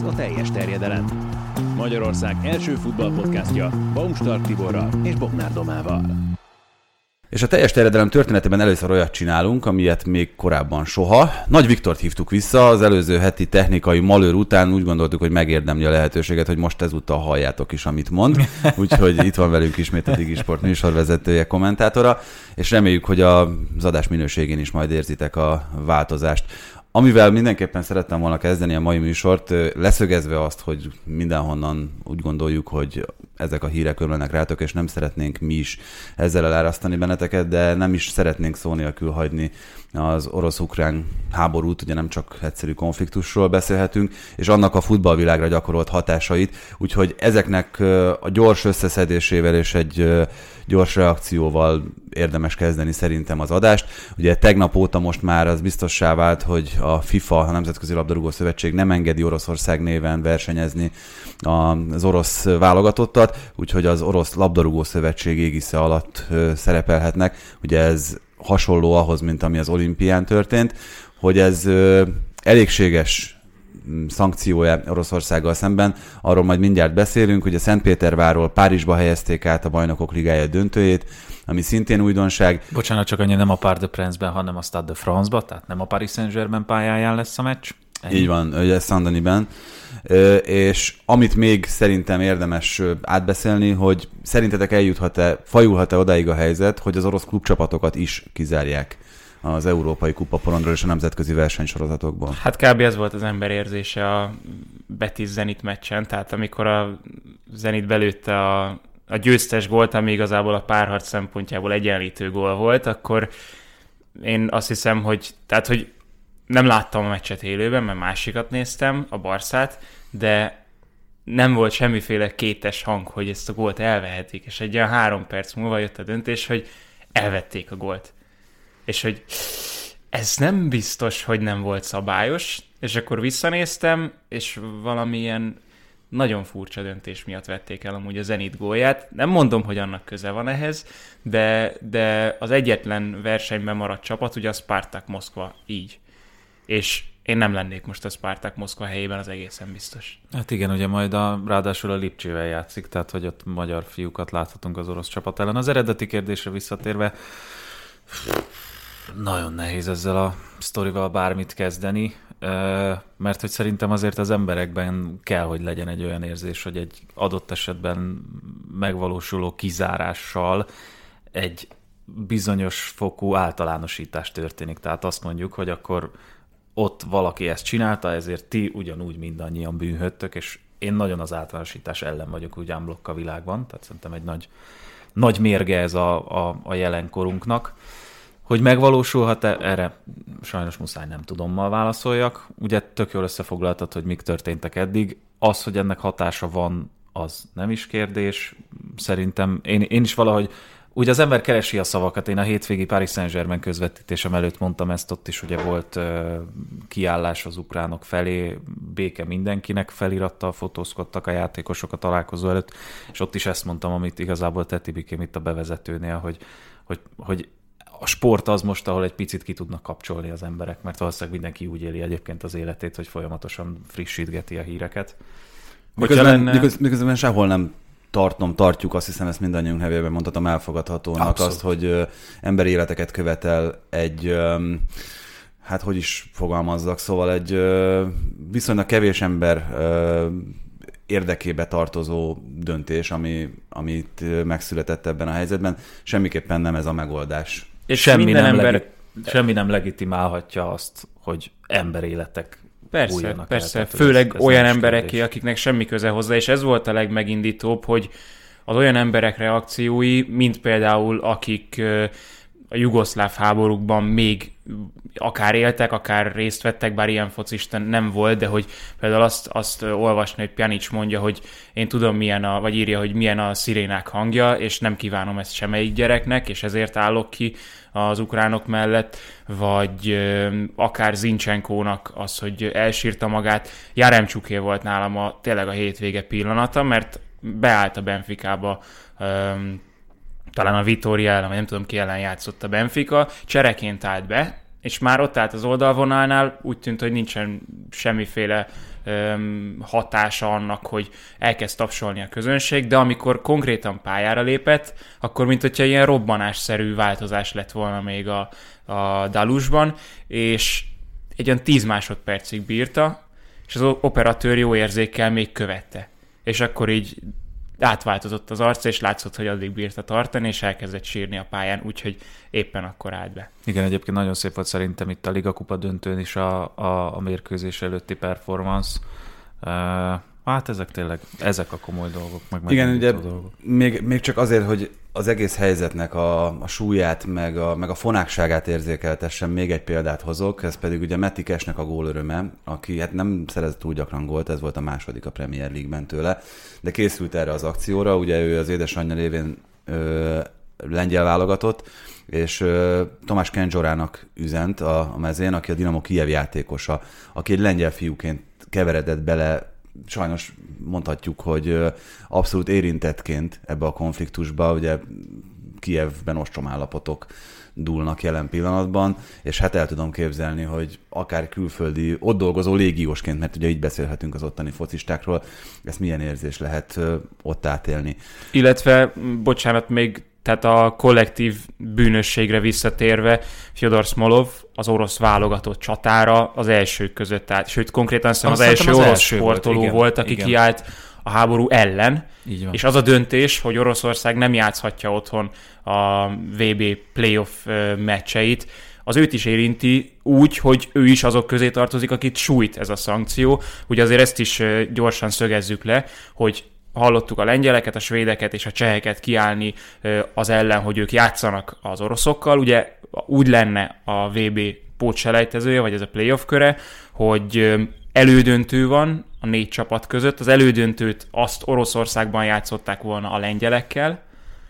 a teljes terjedelem. Magyarország első futballpodcastja Baumstark Tiborral és Bognár Domával. És a teljes terjedelem történetében először olyat csinálunk, amilyet még korábban soha. Nagy Viktort hívtuk vissza, az előző heti technikai malőr után úgy gondoltuk, hogy megérdemli a lehetőséget, hogy most ezúttal halljátok is, amit mond. Úgyhogy itt van velünk ismét a Digisport műsorvezetője, kommentátora, és reméljük, hogy az adás minőségén is majd érzitek a változást. Amivel mindenképpen szerettem volna kezdeni a mai műsort, leszögezve azt, hogy mindenhonnan úgy gondoljuk, hogy ezek a hírek ömlenek rátok, és nem szeretnénk mi is ezzel elárasztani benneteket, de nem is szeretnénk szó nélkül hagyni az orosz-ukrán háborút, ugye nem csak egyszerű konfliktusról beszélhetünk, és annak a futballvilágra gyakorolt hatásait, úgyhogy ezeknek a gyors összeszedésével és egy gyors reakcióval érdemes kezdeni szerintem az adást. Ugye tegnap óta most már az biztossá vált, hogy a FIFA, a Nemzetközi Labdarúgó Szövetség nem engedi Oroszország néven versenyezni az orosz válogatottat, úgyhogy az Orosz Labdarúgó Szövetség égisze alatt szerepelhetnek. Ugye ez hasonló ahhoz, mint ami az olimpián történt, hogy ez elégséges szankciója Oroszországgal szemben. Arról majd mindjárt beszélünk, hogy a Szentpétervárról Párizsba helyezték át a Bajnokok Ligája döntőjét, ami szintén újdonság. Bocsánat, csak annyi, nem a Parc des Princes-ben, hanem a Stade de France-ba, tehát nem a Paris Saint-Germain pályáján lesz a meccs. Így van, ugye Saint-Denis-ben. És amit még szerintem érdemes átbeszélni, hogy szerintetek fajulhat-e odáig a helyzet, hogy az orosz klubcsapatokat is kizárják az Európai Kupaporondról és a nemzetközi versenysorozatokból? Hát kb. Ez volt az ember érzése a Betis Zenit meccsen, tehát amikor a Zenit belőtte a győztes gólt, ami igazából a párharc szempontjából egyenlítő gól volt, akkor én azt hiszem, hogy nem láttam a meccset élőben, mert másikat néztem, a Barszát, de nem volt semmiféle kétes hang, hogy ezt a gólt elvehetik, és egy olyan 3 perc múlva jött a döntés, hogy elvették a gólt. És hogy ez nem biztos, hogy nem volt szabályos, és akkor visszanéztem, és valamilyen nagyon furcsa döntés miatt vették el amúgy a Zenit gólját. Nem mondom, hogy annak köze van ehhez, de az egyetlen versenyben maradt csapat, ugye a Spartak Moszkva így. És én nem lennék most a Spartak Moszkva helyében, az egészen biztos. Hát igen, ugye majd ráadásul a Lipcsével játszik, tehát hogy ott magyar fiúkat láthatunk az orosz csapat ellen. Az eredeti kérdésre visszatérve, nagyon nehéz ezzel a sztorival bármit kezdeni, mert hogy szerintem azért az emberekben kell, hogy legyen egy olyan érzés, hogy egy adott esetben megvalósuló kizárással egy bizonyos fokú általánosítás történik. Tehát azt mondjuk, hogy akkor ott valaki ezt csinálta, ezért ti ugyanúgy mindannyian bűnhődtök, és én nagyon az általánosítás ellen vagyok úgy unblock a világban, tehát szerintem egy nagy mérge ez a jelenkorunknak. Hogy megvalósulhat-e, erre sajnos muszáj nem tudommal válaszoljak. Ugye tök jól összefoglaltad, hogy mik történtek eddig. Az, hogy ennek hatása van, az nem is kérdés. Szerintem én is valahogy, ugye az ember keresi a szavakat. Én a hétvégi Paris Saint-Germain közvetítésem előtt mondtam ezt, ott is ugye volt kiállás az ukránok felé, béke mindenkinek, felirattal fotózkodtak a játékosok a találkozó előtt, és ott is ezt mondtam, amit igazából te, Tibikém, itt a bevezetőnél, hogy a sport az most, ahol egy picit ki tudnak kapcsolni az emberek, mert valószínűleg mindenki úgy éli egyébként az életét, hogy folyamatosan frissítgeti a híreket. Miközben sehol nem tartjuk, azt hiszem, ezt mindannyiunk nevében mondhatom elfogadhatónak. Abszolút. Azt, hogy emberi életeket követel egy, hát hogy is fogalmazzak, szóval egy viszonylag kevés ember érdekébe tartozó döntés, amit megszületett ebben a helyzetben. Semmiképpen nem ez a megoldás. És semmi nem legitimálhatja azt, hogy emberéletek újjanak. Persze, főleg olyan embereké, akiknek semmi köze hozzá, és ez volt a legmegindítóbb, hogy az olyan emberek reakciói, mint például akik a jugoszláv háborúkban még akár éltek, akár részt vettek, bár ilyen focista nem volt, de hogy például azt olvasni, hogy Pjanic mondja, hogy én tudom vagy írja, hogy milyen a szirénák hangja, és nem kívánom ezt semmelyik gyereknek, és ezért állok ki az ukránok mellett, vagy akár Zincsenkónak az, hogy elsírta magát. Jaremcsuké volt nálam tényleg a hétvége pillanata, mert beállt a Benficába, talán a Vitória ellen, vagy nem tudom ki ellen játszott a Benfica, csereként állt be, és már ott állt az oldalvonalnál, úgy tűnt, hogy nincsen semmiféle hatása annak, hogy elkezd tapsolni a közönség, de amikor konkrétan pályára lépett, akkor mint hogyha ilyen robbanásszerű változás lett volna még a Dalusban, és egy olyan 10 másodpercig bírta, és az operatőr jó érzékkel még követte. És akkor így átváltozott az arca, és látszott, hogy addig bírta tartani, és elkezdett sírni a pályán, úgyhogy éppen akkor állt be. Igen, egyébként nagyon szép volt szerintem itt a Liga Kupa döntőn is a mérkőzés előtti performance. Hát ezek tényleg, ezek a komoly dolgok. Meg igen, ugye dolgok. Még csak azért, hogy az egész helyzetnek a súlyát, meg a fonákságát érzékeltessem, még egy példát hozok, ez pedig ugye Matty Cashnek a gólöröme, aki hát nem szerezett túl gyakran gólt, ez volt a második a Premier League-ben tőle, de készült erre az akcióra, ugye ő az édesanyja révén lengyel válogatott, és Tomás Kendzsorának üzent a mezén, aki a Dinamo Kijev játékosa, aki egy lengyel fiúként keveredett bele, sajnos mondhatjuk, hogy abszolút érintettként ebbe a konfliktusba, ugye Kijevben ostromállapotok dúlnak jelen pillanatban, és hát el tudom képzelni, hogy akár külföldi, ott dolgozó légiósként, mert ugye így beszélhetünk az ottani focistákról, ezt milyen érzés lehet ott átélni. Illetve, bocsánat, még tehát a kollektív bűnösségre visszatérve, Fyodor Smolov az orosz válogatott csatára az elsők között állt. Sőt, konkrétan az első orosz sportoló volt, aki kiállt a háború ellen. És az a döntés, hogy Oroszország nem játszhatja otthon a VB playoff meccseit, az őt is érinti úgy, hogy ő is azok közé tartozik, akit sújt ez a szankció. Ugye azért ezt is gyorsan szögezzük le, hogy hallottuk a lengyeleket, a svédeket és a cseheket kiállni az ellen, hogy ők játszanak az oroszokkal. Ugye úgy lenne a VB pótselejtezője, vagy ez a playoff köre, hogy elődöntő van a 4 csapat között. Az elődöntőt azt Oroszországban játszották volna a lengyelekkel,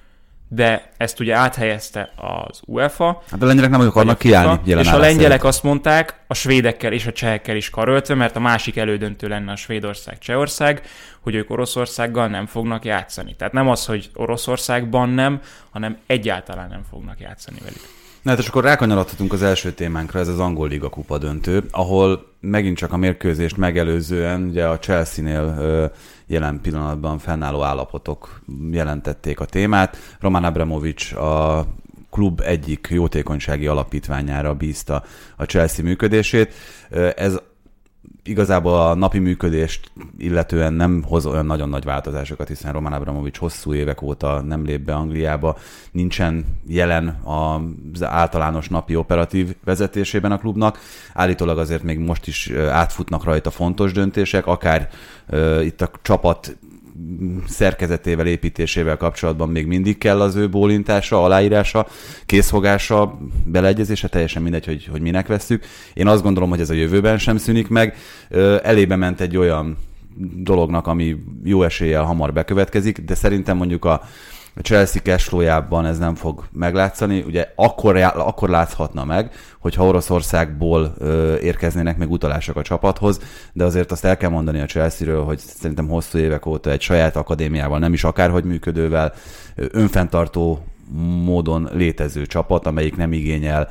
de ezt ugye áthelyezte az UEFA. Hát a lengyelek nem akarnak kiállni. És a lengyelek azt mondták, a svédekkel és a csehekkel is karöltve, mert a másik elődöntő lenne a Svédország-Csehország, hogy ők Oroszországgal nem fognak játszani. Tehát nem az, hogy Oroszországban nem, hanem egyáltalán nem fognak játszani velük. Na hát és akkor rákanyarodhatunk az első témánkra, ez az angol Liga Kupa döntő, ahol megint csak a mérkőzést megelőzően ugye a Chelsea-nél jelen pillanatban fennálló állapotok jelentették a témát. Roman Abramovich a klub egyik jótékonysági alapítványára bízta a Chelsea működését. Ez igazából a napi működést illetően nem hoz olyan nagyon nagy változásokat, hiszen Roman Abramovich hosszú évek óta nem lép be Angliába, nincsen jelen az általános napi operatív vezetésében a klubnak. Állítólag azért még most is átfutnak rajta fontos döntések, akár itt a csapat szerkezetével, építésével kapcsolatban még mindig kell az ő bólintása, aláírása, készfogása, beleegyezése, teljesen mindegy, hogy minek vesszük. Én azt gondolom, hogy ez a jövőben sem szűnik meg. Elébe ment egy olyan dolognak, ami jó eséllyel hamar bekövetkezik, de szerintem mondjuk a Chelsea cashflow-jában ez nem fog meglátszani. Ugye akkor láthatna meg, hogyha Oroszországból érkeznének meg utalások a csapathoz, de azért azt el kell mondani a Chelsea-ről, hogy szerintem hosszú évek óta egy saját akadémiával, nem is akárhogy működővel, önfenntartó módon létező csapat, amelyik nem igényel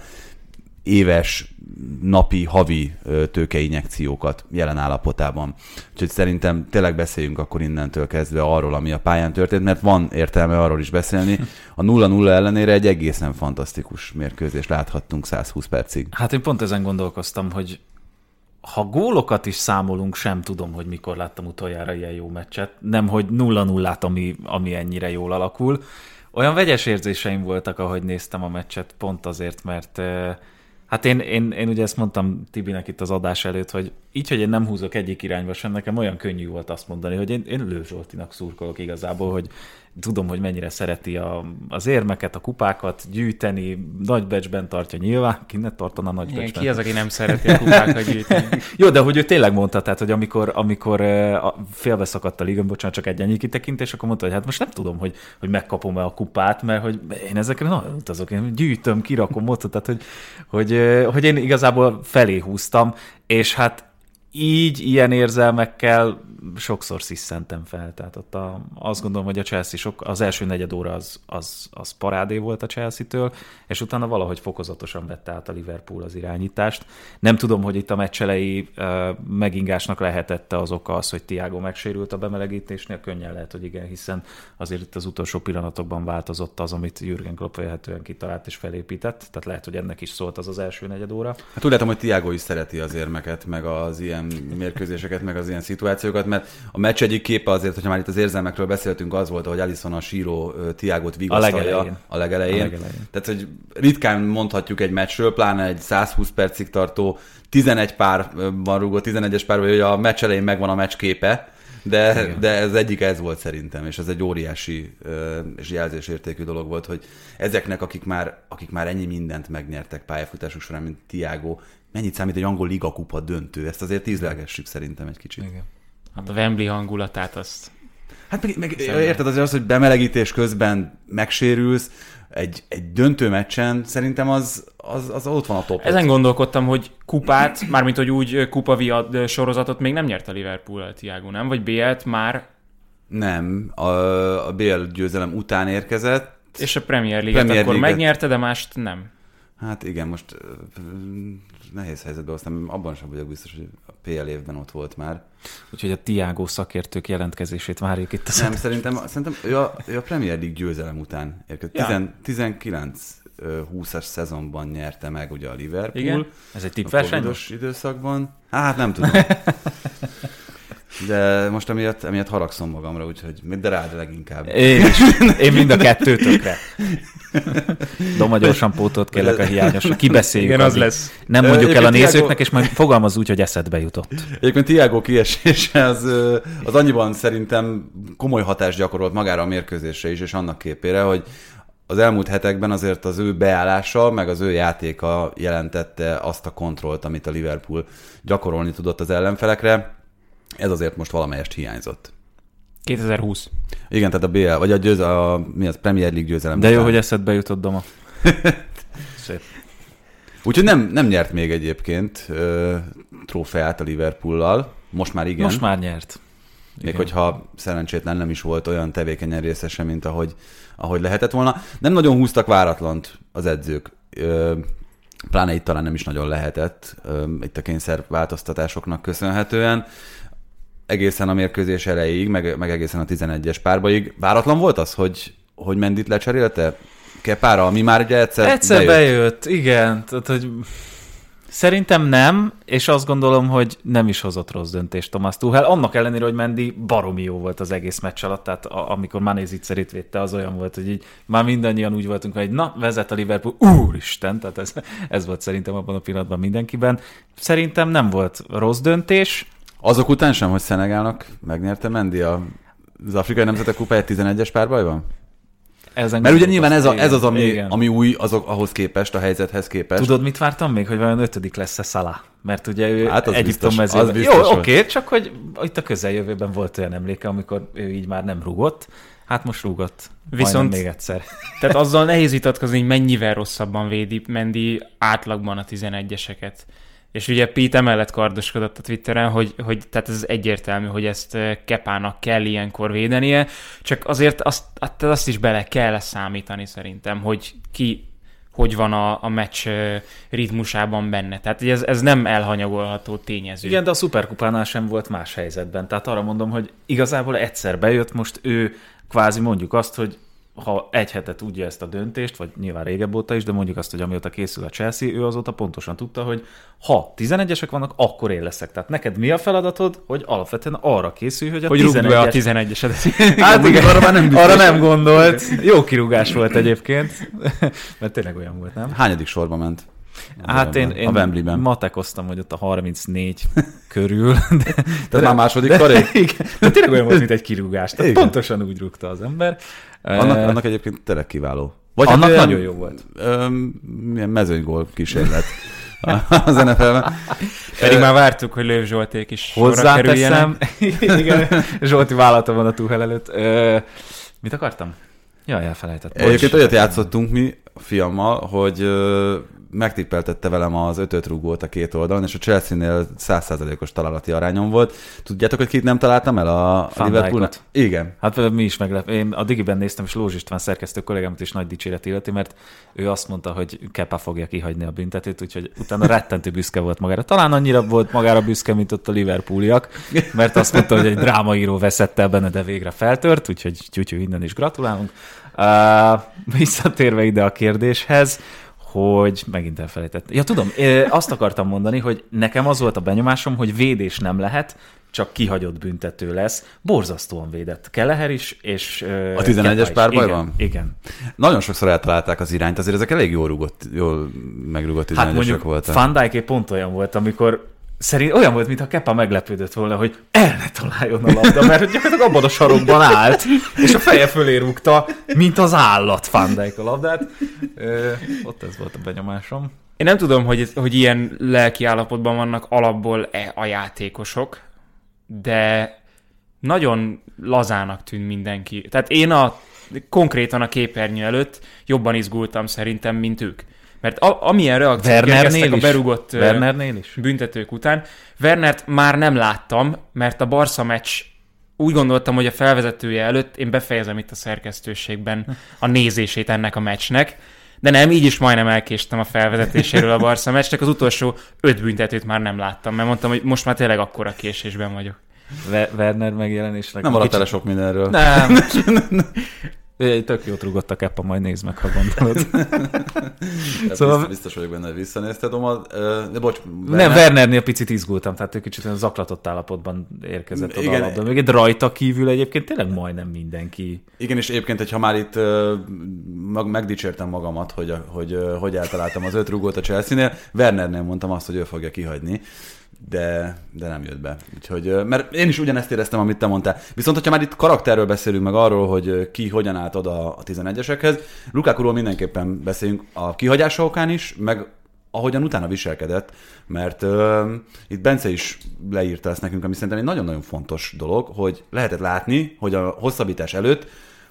éves, napi, havi tőkeinjekciókat jelen állapotában. Úgyhogy szerintem tényleg beszéljünk akkor innentől kezdve arról, ami a pályán történt, mert van értelme arról is beszélni. A 0-0 ellenére egy egészen fantasztikus mérkőzést láthattunk 120 percig. Hát én pont ezen gondolkoztam, hogy ha gólokat is számolunk, sem tudom, hogy mikor láttam utoljára ilyen jó meccset. Nem, hogy 0-0-át, ami ennyire jól alakul. Olyan vegyes érzéseim voltak, ahogy néztem a meccset, pont azért, mert hát én ugye ezt mondtam Tibinek itt az adás előtt, hogy így, hogy én nem húzok egyik irányba sem, nekem olyan könnyű volt azt mondani, hogy én Lő Zsoltinak szurkolok igazából, hogy tudom, hogy mennyire szereti az érmeket, a kupákat gyűjteni, nagy becsben tartja nyilván, ki ne tartana nagy becsben. Ki az, aki nem szereti a kupákat gyűjteni? Jó, de hogy ő tényleg mondta, tehát, hogy amikor félbeszakadt a liga, bocsánat, csak egy ennyi kitekintés, akkor mondta, hogy hát most nem tudom, hogy megkapom-e a kupát, mert hogy én ezekre nagyon utazok, én gyűjtöm, kirakom ott, tehát hogy én igazából felé húztam, és hát így, ilyen érzelmekkel sokszor sziszentem fel. Tehát ott azt gondolom, hogy a Chelsea az első negyed óra az parádé volt a Chelsea-től, és utána valahogy fokozatosan vette át a Liverpool az irányítást. Nem tudom, hogy itt a meccs elejé megingásnak lehetette az oka az, hogy Thiago megsérült a bemelegítésnél, könnyen lehet, hogy igen, hiszen azért itt az utolsó pillanatokban változott az, amit Jürgen Klopp vélhetően kitalált és felépített, tehát lehet, hogy ennek is szólt az első negyed óra. Hát úgy látom, hogy Thiago is szereti az érmeket, meg az ilyen mérkőzéseket, meg az ilyen szituációkat, mert a meccs egyik képe azért, hogyha már itt az érzelmekről beszéltünk, az volt, hogy Alisson a síró Thiagot vigasztalja a legelején. Tehát, hogy ritkán mondhatjuk egy meccsről, pláne egy 120 percig tartó 11 párban rúgó, 11-es párban, hogy a meccs elején megvan a meccs képe, de ez egyik ez volt szerintem, és ez egy óriási és jelzésértékű dolog volt, hogy ezeknek, akik már ennyi mindent megnyertek pályafutásuk során, mint Thiago, mennyit számít egy angol liga kupa döntő? Ezt azért tízlelgessük szerintem egy kicsit. Igen. Hát a Wembley hangulatát azt... Hát meg érted azért az, hogy bemelegítés közben megsérülsz, egy döntő meccsen szerintem az ott van a top. Ezen gondolkodtam, hogy kupát, mármint hogy úgy kupaviad sorozatot még nem nyert a Liverpool a Thiago, nem? Vagy BL-t már? Nem, a BL győzelem után érkezett. És a Premier League-et akkor megnyerte, de mást nem. Hát igen, most nehéz helyzetben aztán abban sem vagyok biztos, hogy a PL évben ott volt már. Úgyhogy a Thiago szakértők jelentkezését várjuk itt. Nem, szerintem ő a Premier League győzelem után érkezett. Ja. 19-20-as szezonban nyerte meg ugye a Liverpool. Igen? Ez egy tippverseny? A időszakban. Hát nem tudom. De most emiatt haragszom magamra, úgyhogy de rád leginkább. Én mind a kettőtökre. Doma gyorsan pótot kérlek a hiányosra. Kibeszéljük. Igen, az lesz. Nem mondjuk el a nézőknek, és majd fogalmaz úgy, hogy eszedbe jutott. Egyébként Thiago kiesése az annyiban szerintem komoly hatást gyakorolt magára a mérkőzésre is, és annak képére, hogy az elmúlt hetekben azért az ő beállása, meg az ő játéka jelentette azt a kontrollt, amit a Liverpool gyakorolni tudott az ellenfelekre. Ez azért most valamelyest hiányzott. 2020. Igen, tehát a BL, vagy mi az, Premier League győzelem. De jó, hogy eszedbe jutott, Doma. Szép. Úgyhogy nem nyert még egyébként trófeát a Liverpoollal. Most már igen. Most már nyert. Még igen. Hogyha szerencsétlen nem is volt olyan tevékenyen részese, mint ahogy lehetett volna. Nem nagyon húztak váratlant az edzők. Pláne itt talán nem is nagyon lehetett, itt a kényszerváltoztatásoknak köszönhetően. Egészen a mérkőzés elejéig, meg egészen a 11-es párbaig. Váratlan volt az, hogy Mendit lecserélte Kepára, ami már ugye egyszer bejött. Igen. Tehát, hogy szerintem nem, és azt gondolom, hogy nem is hozott rossz döntést Thomas Tuchel. Annak ellenére, hogy Mendy baromi jó volt az egész meccs alatt, tehát amikor Mané zicserét védte, az olyan volt, hogy így már mindannyian úgy voltunk, hogy na, vezet a Liverpool, úristen, tehát ez volt szerintem abban a pillanatban mindenkiben. Szerintem nem volt rossz döntés. Azok után sem, hogy Szenegálnak megnyerte Mendy az Afrikai Nemzetek Kupáját 11-es párbajban? Mert ugye nyilván ez az, ami új ahhoz képest, a helyzethez képest. Tudod, mit vártam még? Hogy vajon 5. lesz-e Salah? Mert ugye ő Egyiptom mezőben. Jó, oké, csak hogy itt a közeljövőben volt olyan emléke, amikor ő így már nem rúgott. Hát most rúgott. Viszont még egyszer. Tehát azzal nehéz vitatkozni, hogy mennyivel rosszabban védi Mendy átlagban a 11-eseket. És ugye Pete emellett kardoskodott a Twitteren, hogy tehát ez egyértelmű, hogy ezt Kepának kell ilyenkor védenie, csak azért azt is bele kell számítani szerintem, hogy ki hogy van a meccs ritmusában benne. Tehát ez nem elhanyagolható tényező. Igen, de a szuperkupánál sem volt más helyzetben. Tehát arra mondom, hogy igazából egyszer bejött, most ő kvázi mondjuk azt, hogy ha egy hetet tudja ezt a döntést, vagy nyilván régebb óta is, de mondjuk azt, hogy amióta készül a Chelsea, ő azóta pontosan tudta, hogy ha 11-esek vannak, akkor én leszek. Tehát neked mi a feladatod, hogy alapvetően arra készülj, hogy a 11-eset. Hát igen, arra nem gondolt. Jó kirúgás volt egyébként, mert tényleg olyan volt, nem? Hányadik sorba ment? Hát én matekoztam, hogy ott a 34 körül. De már második karé? Igen, de tényleg olyan volt, mint egy kirúgás. Tehát pontosan úgy rúgta az ember. Annak egyébként tényleg kiváló. Vagy annak hát nagyon jó volt. Milyen mezőnygól kísérlet az NFL-ben. Pedig már vártuk, hogy Löw Zsolték is sorra kerüljenek. Igen, Zsolti vállalta van a Tuchel előtt. Mit akartam? Jaj, elfelejtettem. Egyébként olyat játszottunk mi, fiammal, hogy megtippeltette velem az 5-5 rúgót a két oldalon, és a Chelsea-nél 100%-os találati arányom volt. Tudjátok, hogy kit nem találtam el a Liverpoolnak? Igen. Hát mi is meglep. Én a Digiben néztem, és Lózs István szerkesztő kollégámat is nagy dicséret illeti, mert ő azt mondta, hogy Kepa fogja kihagyni a büntetőt, úgyhogy utána rettentő büszke volt magára. Talán annyira volt magára büszke, mint ott a Liverpooliak, mert azt mondta, hogy egy drámaíró veszett el benne, de végre feltört, úgyhogy tyútyú, innen is gratulálunk. Visszatérve ide a kérdéshez, hogy megint elfelejtettem. Ja, tudom, azt akartam mondani, hogy nekem az volt a benyomásom, hogy védés nem lehet, csak kihagyott büntető lesz. Borzasztóan védett Kelleher is, és a 11-es párbajban? Igen. Nagyon sokszor eltalálták az irányt, azért ezek elég jól megrúgott 11-esek voltak. Van Dijké pont olyan volt, amikor olyan volt, mintha Kepa meglepődött volna, hogy el ne találjon a labda, mert gyakorlatilag abban a sarokban állt, és a feje fölé rúgta, mint az állat Van Dijk a labdát. Ott ez volt a benyomásom. Én nem tudom, hogy ilyen lelki állapotban vannak alapból a játékosok, de nagyon lazának tűnt mindenki. Tehát én konkrétan a képernyő előtt jobban izgultam szerintem, mint ők. Mert amilyen reakciók érkeztek a berúgott büntetők után, Wernert már nem láttam, mert a Barca meccs úgy gondoltam, hogy a felvezetője előtt én befejezem itt a szerkesztőségben a nézését ennek a meccsnek, de nem, így is majdnem elkéstem a felvezetéséről a Barca meccsnek, az utolsó 5 büntetőt már nem láttam, mert mondtam, hogy most már tényleg akkora késésben vagyok. Werner megjelenésnek. Nem maradtál sok mindenről. Nem. Tök jót rúgott a Kepa, majd nézd meg, ha gondolod. Szóval... Biztos vagyok benne, hogy visszanézted, de bocs. Nem, Wernernél picit izgultam, tehát ő kicsit olyan zaklatott állapotban érkezett oda a labda. Még egy rajta kívül egyébként tényleg majdnem mindenki. Igen, és egyébként, hogyha már itt megdicsértem magamat, hogy eltaláltam az 5 rúgót a Chelsea-nél, Wernernél mondtam azt, hogy ő fogja kihagyni. De nem jött be. Úgyhogy, mert én is ugyanezt éreztem, amit te mondtál. Viszont, hogyha már itt karakterről beszélünk, meg arról, hogy ki hogyan állt oda a 11-esekhez, Lukakuról mindenképpen beszéljünk a kihagyása okán is, meg ahogyan utána viselkedett, mert itt Bence is leírta ezt nekünk, ami szerintem egy nagyon-nagyon fontos dolog, hogy lehetett látni, hogy a hosszabbítás előtt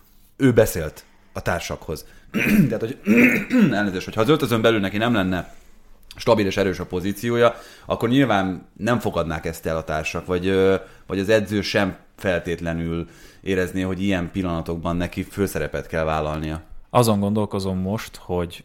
ő beszélt a társakhoz. Tehát, hogy elnézést, hogyha az öltözön belül neki nem lenne stabil és erős a pozíciója, akkor nyilván nem fogadnák ezt el a társak, vagy az edző sem feltétlenül érezné, hogy ilyen pillanatokban neki főszerepet kell vállalnia. Azon gondolkozom most, hogy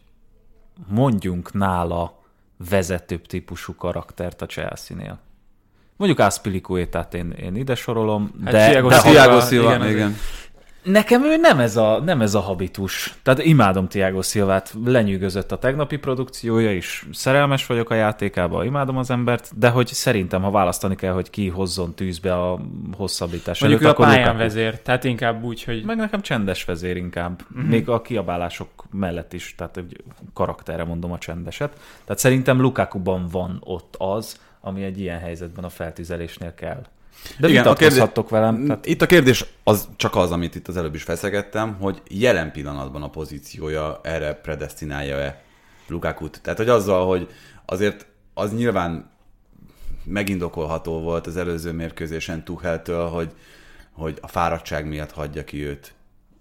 mondjunk nála vezetőbb típusú karaktert a Chelsea-nél. Mondjuk Azpilicuétát én ide sorolom, de Thiago Silva, igen. Nekem ő nem ez a habitus. Tehát imádom Thiago Silvát, lenyűgözött a tegnapi produkciója is, szerelmes vagyok a játékába, imádom az embert, de hogy szerintem, ha választani kell, hogy ki hozzon tűzbe a hosszabbítás előtt, akkor Lukaku. Mondjuk ő a pályán vezér, tehát inkább úgy, hogy... Meg nekem csendes vezér inkább, még a kiabálások mellett is, tehát egy karakterre mondom a csendeset. Tehát szerintem Lukakuban van ott az, ami egy ilyen helyzetben a feltüzelésnél kell. De igen, vitatkozhattok velem. Tehát... Itt a kérdés az csak az, amit itt az előbb is feszegettem, hogy jelen pillanatban a pozíciója erre predesztinálja-e Lukakut. Tehát, hogy azzal, hogy azért az nyilván megindokolható volt az előző mérkőzésen Tucheltől, hogy a fáradtság miatt hagyja ki őt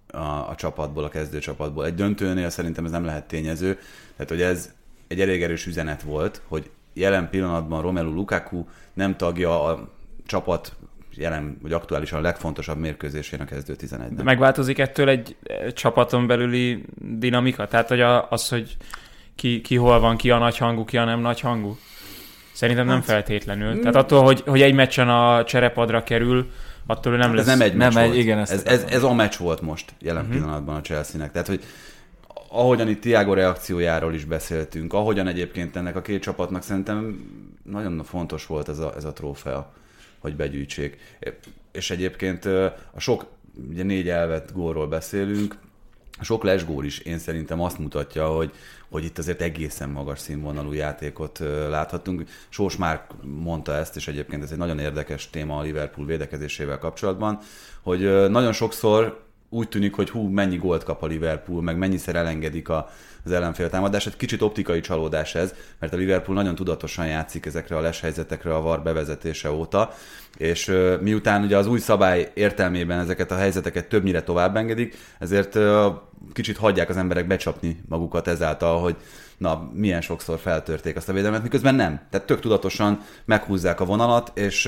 a csapatból, a kezdőcsapatból. Egy döntőnél szerintem ez nem lehet tényező. Tehát, hogy ez egy elég erős üzenet volt, hogy jelen pillanatban Romelu Lukaku nem tagja a csapat jelen, vagy aktuálisan a legfontosabb mérkőzésén a kezdő 11-ben. Megváltozik ettől egy csapaton belüli dinamika? Tehát, hogy az, hogy ki hol van, ki a nagyhangú, ki a nem nagyhangú? Szerintem nem feltétlenül. Tehát attól, hogy egy meccsen a cserepadra kerül, attól nem lesz... Ez nem egy meccs volt. Igen, ez a meccs volt most jelen pillanatban a Chelsea-nek. Tehát, hogy ahogyan itt Thiago reakciójáról is beszéltünk, ahogyan egyébként ennek a két csapatnak szerintem nagyon fontos volt ez a trófea, hogy begyűjtsék. És egyébként a sok, ugye 4 elvett gólról beszélünk, a sok lesgól is én szerintem azt mutatja, hogy itt azért egészen magas színvonalú játékot láthatunk. Sós már mondta ezt, és egyébként ez egy nagyon érdekes téma a Liverpool védekezésével kapcsolatban, hogy nagyon sokszor úgy tűnik, hogy mennyi gólt kap a Liverpool, meg mennyiszer elengedik az ellenfél támadását. Kicsit optikai csalódás ez, mert a Liverpool nagyon tudatosan játszik ezekre a leshelyzetekre a VAR bevezetése óta, és miután ugye az új szabály értelmében ezeket a helyzeteket többnyire tovább engedik, ezért kicsit hagyják az emberek becsapni magukat ezáltal, hogy na, milyen sokszor feltörték azt a védelmet, miközben nem. Tehát tök tudatosan meghúzzák a vonalat, és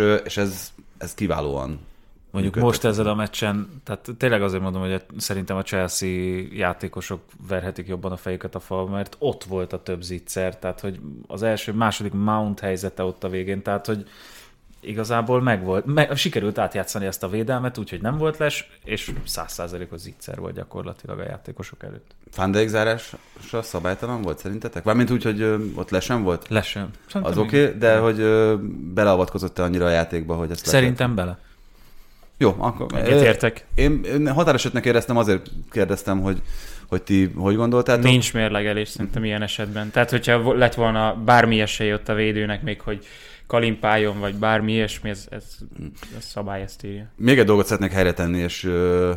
ez kiválóan mondjuk most ezzel a meccsen, tehát tényleg azért mondom, hogy szerintem a Chelsea játékosok verhetik jobban a fejüket a falba, mert ott volt a több zicser, tehát hogy az második Mount helyzete ott a végén, tehát hogy igazából sikerült átjátszani ezt a védelmet, úgyhogy nem volt les, és 100%-os zicser volt gyakorlatilag a játékosok előtt. Van Dijk zárása szabálytalan volt szerintetek? Mármint úgy, hogy ott lesen volt? Lesen. Az oké, de hogy beleavatkozott-e annyira a játékba, hogy ezt szerintem bele. Jó, akkor... Egyetértek. Én határesetnek éreztem, azért kérdeztem, hogy ti hogy gondoltátok? Nincs mérlegelés szerintem ilyen esetben. Tehát, hogyha lett volna bármi esély ott a védőnek még, hogy kalimpáljon, vagy bármi ilyesmi, ez szabály ezt írja. Még egy dolgot szeretnék helyre tenni, és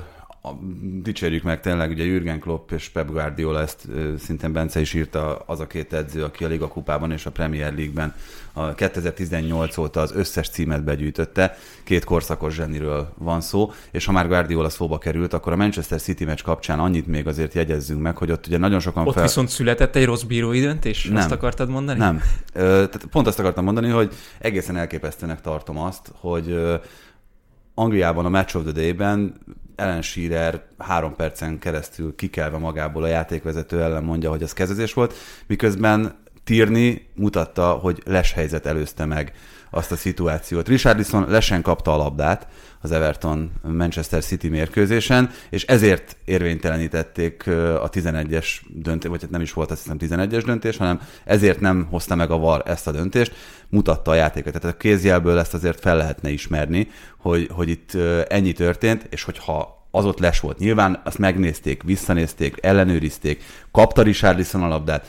dicsérjük meg tényleg, ugye Jürgen Klopp és Pep Guardiola, ezt szintén Bence is írta, az a két edző, aki a Liga kupában és a Premier League-ben a 2018 óta az összes címet begyűjtötte, két korszakos zseniről van szó, és ha már Guardiola szóba került, akkor a Manchester City meccs kapcsán annyit még azért jegyezzünk meg, hogy ott ugye nagyon sokan ott viszont született egy rossz bírói döntés? Nem. Azt akartad mondani? Nem. Tehát pont azt akartam mondani, hogy egészen elképesztőnek tartom azt, hogy Angliában a Match of the Day-ben Alan Shearer 3 percen keresztül kikelve magából a játékvezető ellen mondja, hogy az kezezés volt, miközben Tierney mutatta, hogy leshelyzet előzte meg azt a szituációt. Richarlison lesen kapta a labdát az Everton Manchester City mérkőzésen, és ezért érvénytelenítették a 11-es döntés, vagy nem is volt azt hiszem 11-es döntés, hanem ezért nem hozta meg a VAR ezt a döntést, mutatta a játékot. Tehát a kézjelből ezt azért fel lehetne ismerni, hogy itt ennyi történt, és hogyha az ott les volt. Nyilván azt megnézték, visszanézték, ellenőrizték, kapta Richarlison a labdát,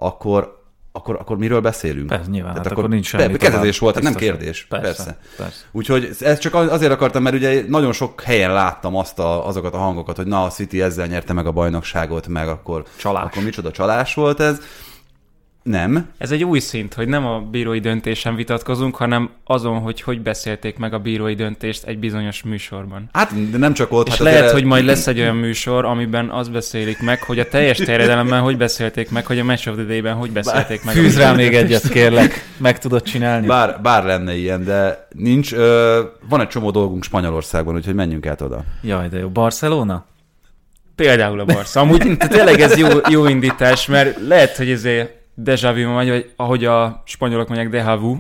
akkor miről beszélünk? Persze, nyilván, tehát akkor nincs semmi. Kezezés volt, tehát nem kérdés. Persze. Úgyhogy ezt csak azért akartam, mert ugye nagyon sok helyen láttam azokat a hangokat, hogy na, a City ezzel nyerte meg a bajnokságot, meg akkor micsoda csalás volt ez. Nem. Ez egy új szint, hogy nem a bírói döntésen vitatkozunk, hanem azon, hogy beszélték meg a bírói döntést egy bizonyos műsorban. Hát, de nem csak ott. És lehet, hogy majd lesz egy olyan műsor, amiben azt beszélik meg, hogy a teljes terjedelemben hogy beszélték meg, hogy a Match of the Day-ben hogy beszélték meg. Fűz rá még egyet, kérlek. Meg tudod csinálni? Bár lenne ilyen, de nincs. Van egy csomó dolgunk Spanyolországban, úgyhogy menjünk át oda. Jaj, de jó. Barcelona? Például a Barca. Amúgy tényleg ez jó indítás, mert lehet, hogy ezért déjà vu vagy ahogy a spanyolok mondják, déjà vu.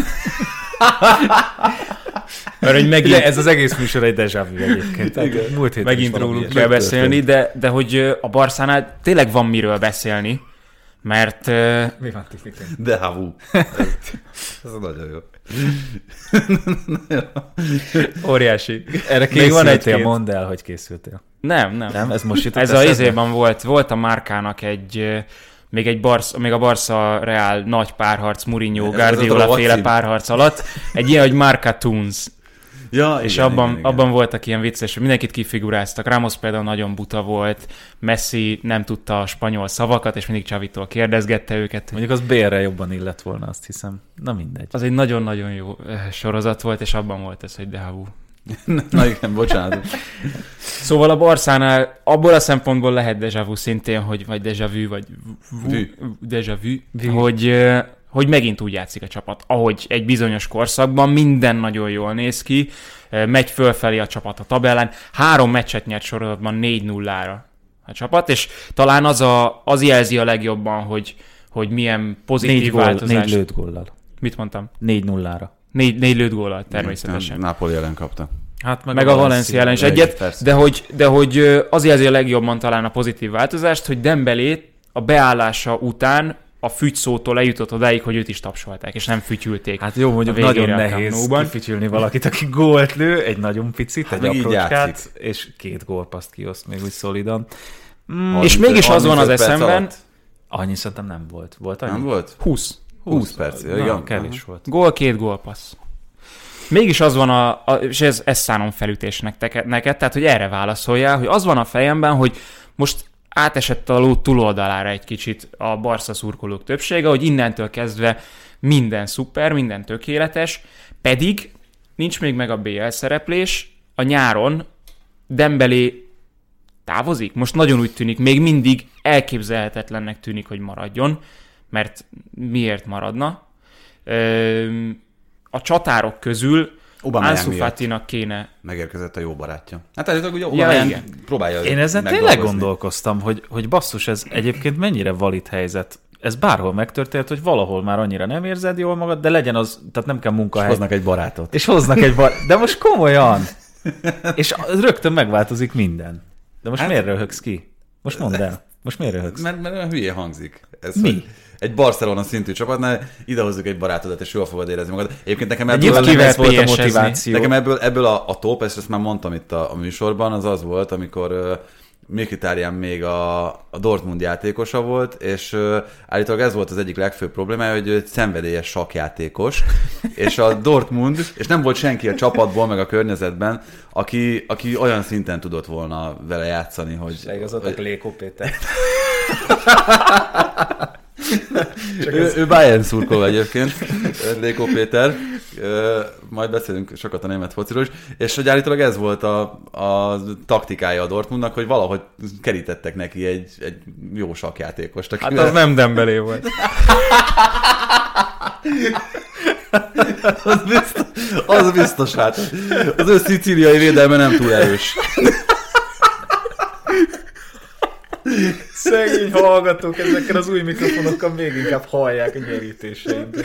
Mert hogy megint... ez az egész műsor egy déjà vu egyébként. Múlt héten megint róluk kell beszélni, de hogy a Barszánál tényleg van miről beszélni, mert... Mi van tipikai? Déjà vu. Ez nagyon jó. Óriási. Erre készültél, mondd el, hogy készültél. Nem. Ez most jutott ez az izében volt a márkának még a Barca Real nagy párharc, Mourinho, Guardiola féle párharc alatt, egy ilyen, hogy Marca Tunes. Ja, és igen, abban voltak ilyen vicces, hogy mindenkit kifiguráztak. Ramos például nagyon buta volt, Messi nem tudta a spanyol szavakat, és mindig Xavitól kérdezgette őket. Mondjuk az Bale-re jobban illett volna, azt hiszem. Na mindegy. Az egy nagyon-nagyon jó sorozat volt, és abban volt ez, hogy déjà vu. Na igen, bocsánat. Szóval a Barszánál abból a szempontból lehet déjà vu szintén, vagy déjà vu, vagy déjà vu, hogy megint úgy játszik a csapat, ahogy egy bizonyos korszakban minden nagyon jól néz ki, megy fölfelé a csapat a tabellán, 3 meccset nyert sorozatban 4-0-ra a csapat, és talán az jelzi a legjobban, hogy milyen pozitív változás. 4 lőtt góllal. Mit mondtam? 4-0-ra. 4 lőtt góllal, természetesen. Napoli ellen kapta. Hát meg a Valencia ellen is egyet, de hogy az jelzi a legjobban talán a pozitív változást, hogy Dembélé a beállása után a fügyszótól eljutott odáig, hogy őt is tapsolták, és nem fütyülték. Hát jó, mondjuk nagyon nehéz kifütyülni valakit, aki gólt lő, egy nagyon picit, hát egy aprócskát, és 2 gólpaszt kioszt még úgy szolidan. És mégis az van az eszemben... Annyi szerintem nem volt. Volt annyi? Nem volt? 20 perc. Igen, kevés volt. Gól, 2 gólpassz. mégis az van és ez szánom felütésnek neked, tehát hogy erre válaszoljál, hogy az van a fejemben, hogy most átesett a ló túloldalára egy kicsit a Barca szurkolók többsége, hogy innentől kezdve minden szuper, minden tökéletes, pedig nincs még meg a BL szereplés, a nyáron Dembélé távozik? Most nagyon úgy tűnik, még mindig elképzelhetetlennek tűnik, hogy maradjon, mert miért maradna? A csatárok közül Ansu Fatinak kéne... Megérkezett a jó barátja. Hát előtt ugye próbálja. Én ezen tényleg gondolkoztam, hogy basszus, ez egyébként mennyire valid helyzet. Ez bárhol megtörtént, hogy valahol már annyira nem érzed jól magad, de legyen az, tehát nem kell munkahely. És hoznak egy barátot. De most komolyan! És rögtön megváltozik minden. De most miért röhögsz ki? Most mondd el. Most miért röhögsz? Mert olyan hülyén hangzik. Ez, mi? Egy Barcelona szintű csapatnál idehozzuk egy barátodat, és jól fogod érezni magad. Egyébként nekem ez volt a motiváció. Nekem ebből a top, ezt már mondtam itt a műsorban, az volt, amikor Mkhitaryan még a Dortmund játékosa volt, és állítólag ez volt az egyik legfőbb problémája, hogy egy szenvedélyes sakkjátékos, és a Dortmund, és nem volt senki a csapatból, meg a környezetben, aki olyan szinten tudott volna vele játszani, hogy... Segazottak Léko Péter. Ő Bayern szurkoló egyébként, Léko Péter, majd beszélünk sokat a német fociról is, és hogy állítólag ez volt a taktikája a Dortmundnak, hogy valahogy kerítettek neki egy jó sakkjátékost. Hát az nem Dembélé volt. Az biztos, hát. Az ő szicíliai védelme nem túl erős. Szegény hallgatók ezekkel az új mikrofonokkal még inkább hallják a nyerítéseinket.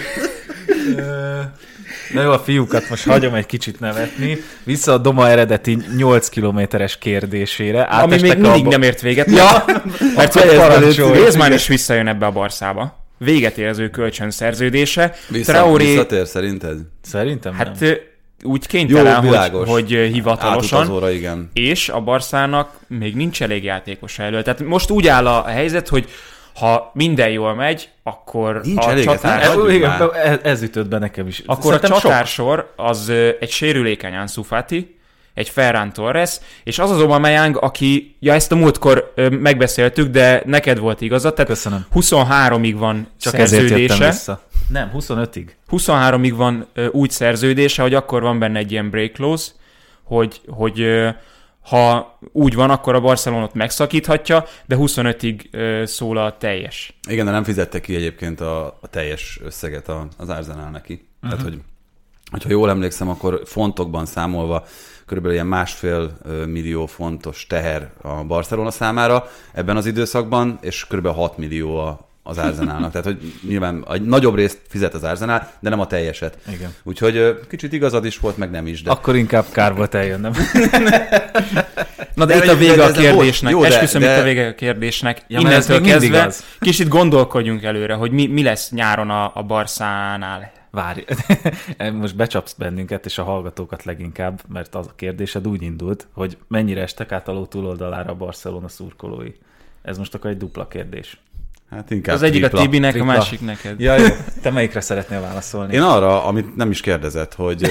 Na jó, a fiúkat most hagyom egy kicsit nevetni. Vissza a Doma eredeti 8 kilométeres kérdésére. Ami még mindig nem ért véget. Ja, mert Griezmann is visszajön ebbe a Barszába. Véget ér az ő kölcsönszerződése. Visszatér szerinted? Szerintem hát, nem. Úgy kénytelen, jó, hogy hivatalosan, átutazóra, igen. És a Barszának még nincs elég játékosa elő. Tehát most úgy áll a helyzet, hogy ha minden jól megy, akkor nincs a elég, ez ütött be nekem is. Akkor szerintem a csatársor az egy sérülékeny Ansu Fati, egy Ferran Torres, és az Aubameyang, aki, ezt a múltkor megbeszéltük, de neked volt igazad, tehát köszönöm. 23-ig van csak szerződése. Nem, 25-ig. 23-ig van úgy szerződése, hogy akkor van benne egy ilyen break clause, hogy ha úgy van, akkor a Barcelonát megszakíthatja, de 25-ig szól a teljes. Igen, de nem fizette ki egyébként a teljes összeget az Arsenal neki. Tehát, hogyha jól emlékszem, akkor fontokban számolva körülbelül ilyen 1,5 millió fontos teher a Barcelona számára ebben az időszakban, és körülbelül 6 millió az Arsenalnak. Tehát, hogy nyilván egy nagyobb részt fizet az Arsenal, de nem a teljeset. Igen. Úgyhogy kicsit igazad is volt, meg nem is. De... Akkor inkább kár volt eljönnem. Na de itt a vége a kérdésnek. Esküszöm, itt a vége a kérdésnek. Ja, innentől kezdve kicsit gondolkodjunk előre, hogy mi lesz nyáron a Barszánál. Várj, most becsapsz bennünket, és a hallgatókat leginkább, mert az a kérdésed úgy indult, hogy mennyire estek át a ló túloldalára a Barcelona szurkolói. Ez most akkor egy dupla kérdés. Hát inkább az egyik tripla. A Tibinek, a másik neked. Ja, jó. Te melyikre szeretnél válaszolni? Én arra, amit nem is kérdezett, hogy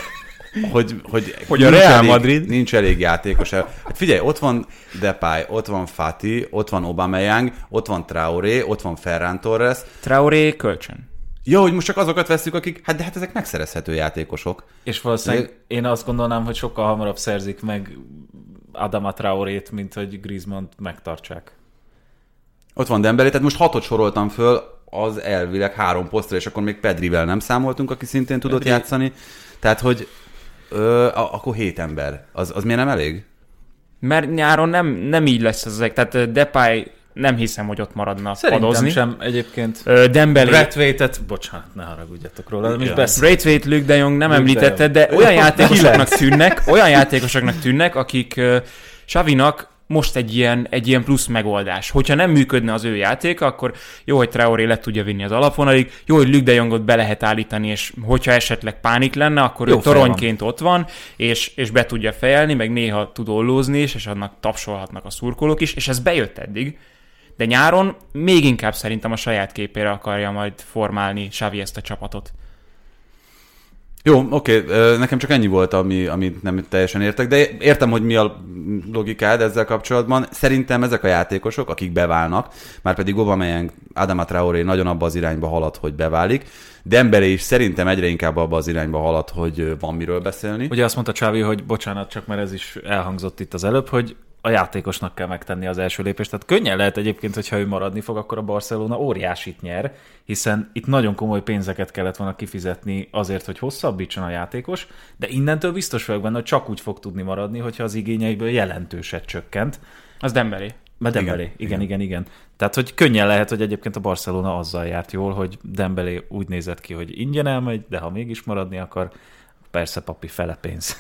a Real Madrid nincs elég játékos. Hát figyelj, ott van Depay, ott van Fati, ott van Aubameyang, ott van Traoré, ott van Ferran Torres. Traoré kölcsön. Jó, hogy most csak azokat veszük, akik, de hát ezek megszerezhető játékosok. És valószínűleg én azt gondolnám, hogy sokkal hamarabb szerzik meg Adama Traorét, mint hogy Griezmann-t megtartsák. Ott van Dembélé, tehát most 6-ot soroltam föl, az elvileg 3 posztra, és akkor még Pedrivel nem számoltunk, aki szintén tudott játszani. Tehát, hogy akkor 7 ember. Az miért nem elég? Mert nyáron nem így lesz ezek. Tehát Depay nem hiszem, hogy ott maradna szerintem padozni. Sem egyébként. Dembélé. Braithwaite-et, bocsánat, ne haragudjatok róla. Braithwaite, Luke de Jong nem említette, de olyan játékosoknak tűnnek, akik Xavinak most egy ilyen plusz megoldás. Hogyha nem működne az ő játéka, akkor jó, hogy Traoré le tudja vinni az alapvonalig, jó, hogy Luke de Jongot be lehet állítani, és hogyha esetleg pánik lenne, akkor jó, ő toronyként ott van, és be tudja fejelni, meg néha tud ollózni is, és annak tapsolhatnak a szurkolók is, és ez bejött eddig. De nyáron még inkább szerintem a saját képére akarja majd formálni Xavi ezt a csapatot. Jó, oké, nekem csak ennyi volt, amit nem teljesen értek, de értem, hogy mi a logikád ezzel kapcsolatban. Szerintem ezek a játékosok, akik beválnak, már pedig Aubameyang, Adama Traoré nagyon abba az irányba halad, hogy beválik, Dembélé is szerintem egyre inkább abba az irányba halad, hogy van miről beszélni. Ugye azt mondta Xavi, hogy bocsánat, csak mert ez is elhangzott itt az előbb, hogy a játékosnak kell megtenni az első lépést. Tehát könnyen lehet egyébként, hogyha ő maradni fog, akkor a Barcelona óriásit nyer, hiszen itt nagyon komoly pénzeket kellett volna kifizetni azért, hogy hosszabbítson a játékos, de innentől biztos vagyok benne, hogy csak úgy fog tudni maradni, hogyha az igényeiből jelentőset csökkent. Az Dembélé. Igen. Tehát, hogy könnyen lehet, hogy egyébként a Barcelona azzal járt jól, hogy Dembélé úgy nézett ki, hogy ingyen elmegy, de ha mégis maradni akar, persze papi, fele pénz.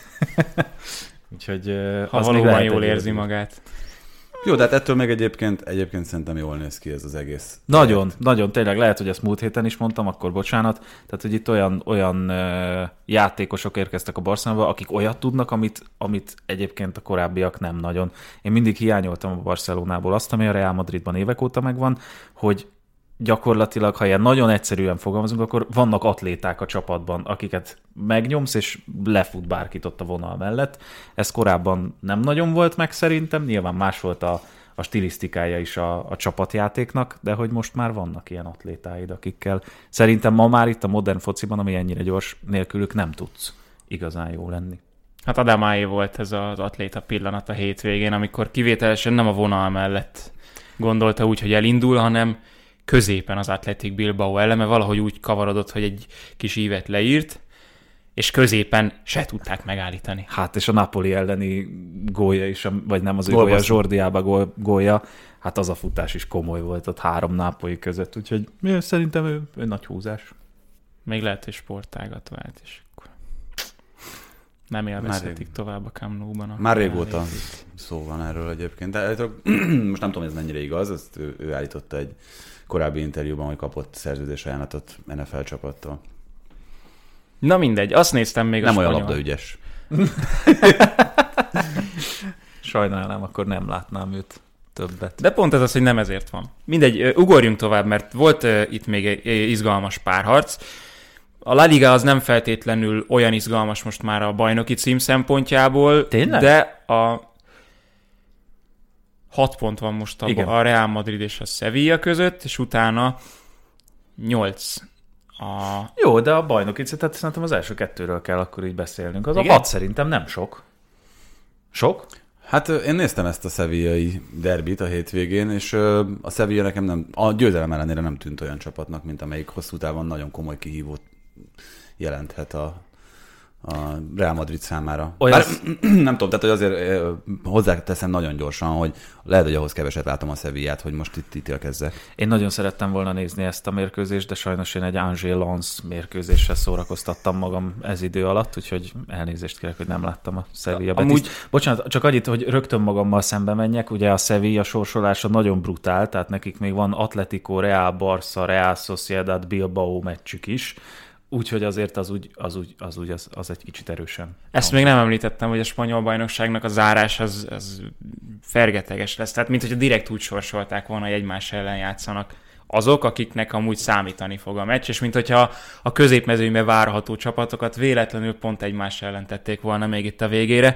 Úgyhogy ha valóban jól érzi magát. Jó, de hát ettől meg egyébként szerintem jól néz ki ez az egész. Nagyon, tényleg lehet, hogy ezt múlt héten is mondtam, akkor bocsánat. Tehát, hogy itt olyan játékosok érkeztek a Barcelonába, akik olyat tudnak, amit egyébként a korábbiak nem nagyon. Én mindig hiányoltam a Barcelonából azt, ami a Real Madridban évek óta megvan, hogy gyakorlatilag, ha ilyen nagyon egyszerűen fogalmazunk, akkor vannak atléták a csapatban, akiket megnyomsz, és lefut bárkit ott a vonal mellett. Ez korábban nem nagyon volt meg szerintem, nyilván más volt a stilisztikája is a csapatjátéknak, de hogy most már vannak ilyen atlétáid, akikkel szerintem ma már itt a modern fociban, ami ennyire gyors, nélkülük nem tudsz igazán jó lenni. Hát Adamáé volt ez az atléta pillanat a hétvégén, amikor kivételesen nem a vonal mellett gondolta úgy, hogy elindul, hanem középen az Athletic Bilbao ellen, mert valahogy úgy kavarodott, hogy egy kis ívet leírt, és középen se tudták megállítani. Hát, és a Napoli elleni gólja is, vagy nem az ő gólja, Jordi Alba gólja, hát az a futás is komoly volt ott 3 Napoli között, úgyhogy szerintem ő nagy húzás. Még lehet, hogy sportágat vált, és akkor nem élvezhetik tovább a Camp Nou-ban. Már régóta szó van erről egyébként, de most nem tudom, ez mennyire igaz, ezt ő állította egy korábbi interjúban, hogy kapott szerződésajánlatot NFL csapattól. Na mindegy, azt néztem még nem olyan labdaügyes. Sajnálom, akkor nem látnám őt többet. De pont ez az, hogy nem ezért van. Mindegy, ugorjunk tovább, mert volt itt még egy izgalmas párharc. A La Liga az nem feltétlenül olyan izgalmas most már a bajnoki cím szempontjából. Tényleg? De a 6 pont van most a Real Madrid és a Sevilla között, és utána 8. Jó, de a bajnoki cím, tehát szerintem az első 2-ről kell akkor így beszélnünk. Az igen? A 6 szerintem nem sok. Sok? Hát én néztem ezt a sevillai derbit a hétvégén, és a Sevilla nekem a győzelem ellenére nem tűnt olyan csapatnak, mint amelyik hosszú távon nagyon komoly kihívót jelenthet a Real Madrid számára. Bár, nem tudom, tehát hogy azért hozzáteszem nagyon gyorsan, hogy lehet, hogy ahhoz keveset látom a Sevillát, hogy most itt ítélkezzek. Én nagyon szerettem volna nézni ezt a mérkőzést, de sajnos én egy Angers-Lens mérkőzéssel szórakoztattam magam ez idő alatt, úgyhogy elnézést kérek, hogy nem láttam a Sevilla Betiszt. Bocsánat, csak annyit, hogy rögtön magammal szembe menjek, ugye a Sevilla sorsolása nagyon brutál, tehát nekik még van Atletico, Real Barça, Real Sociedad, Bilbao meccsük is, úgyhogy azért az egy kicsit erősen. Ezt még nem említettem, hogy a spanyol bajnokságnak a zárás az fergeteges lesz. Tehát, mint hogyha direkt úgy sorsolták volna, hogy egymás ellen játszanak azok, akiknek amúgy számítani fog a meccs, és mint hogyha a középmezőnybe várható csapatokat véletlenül pont egymás ellen tették volna még itt a végére.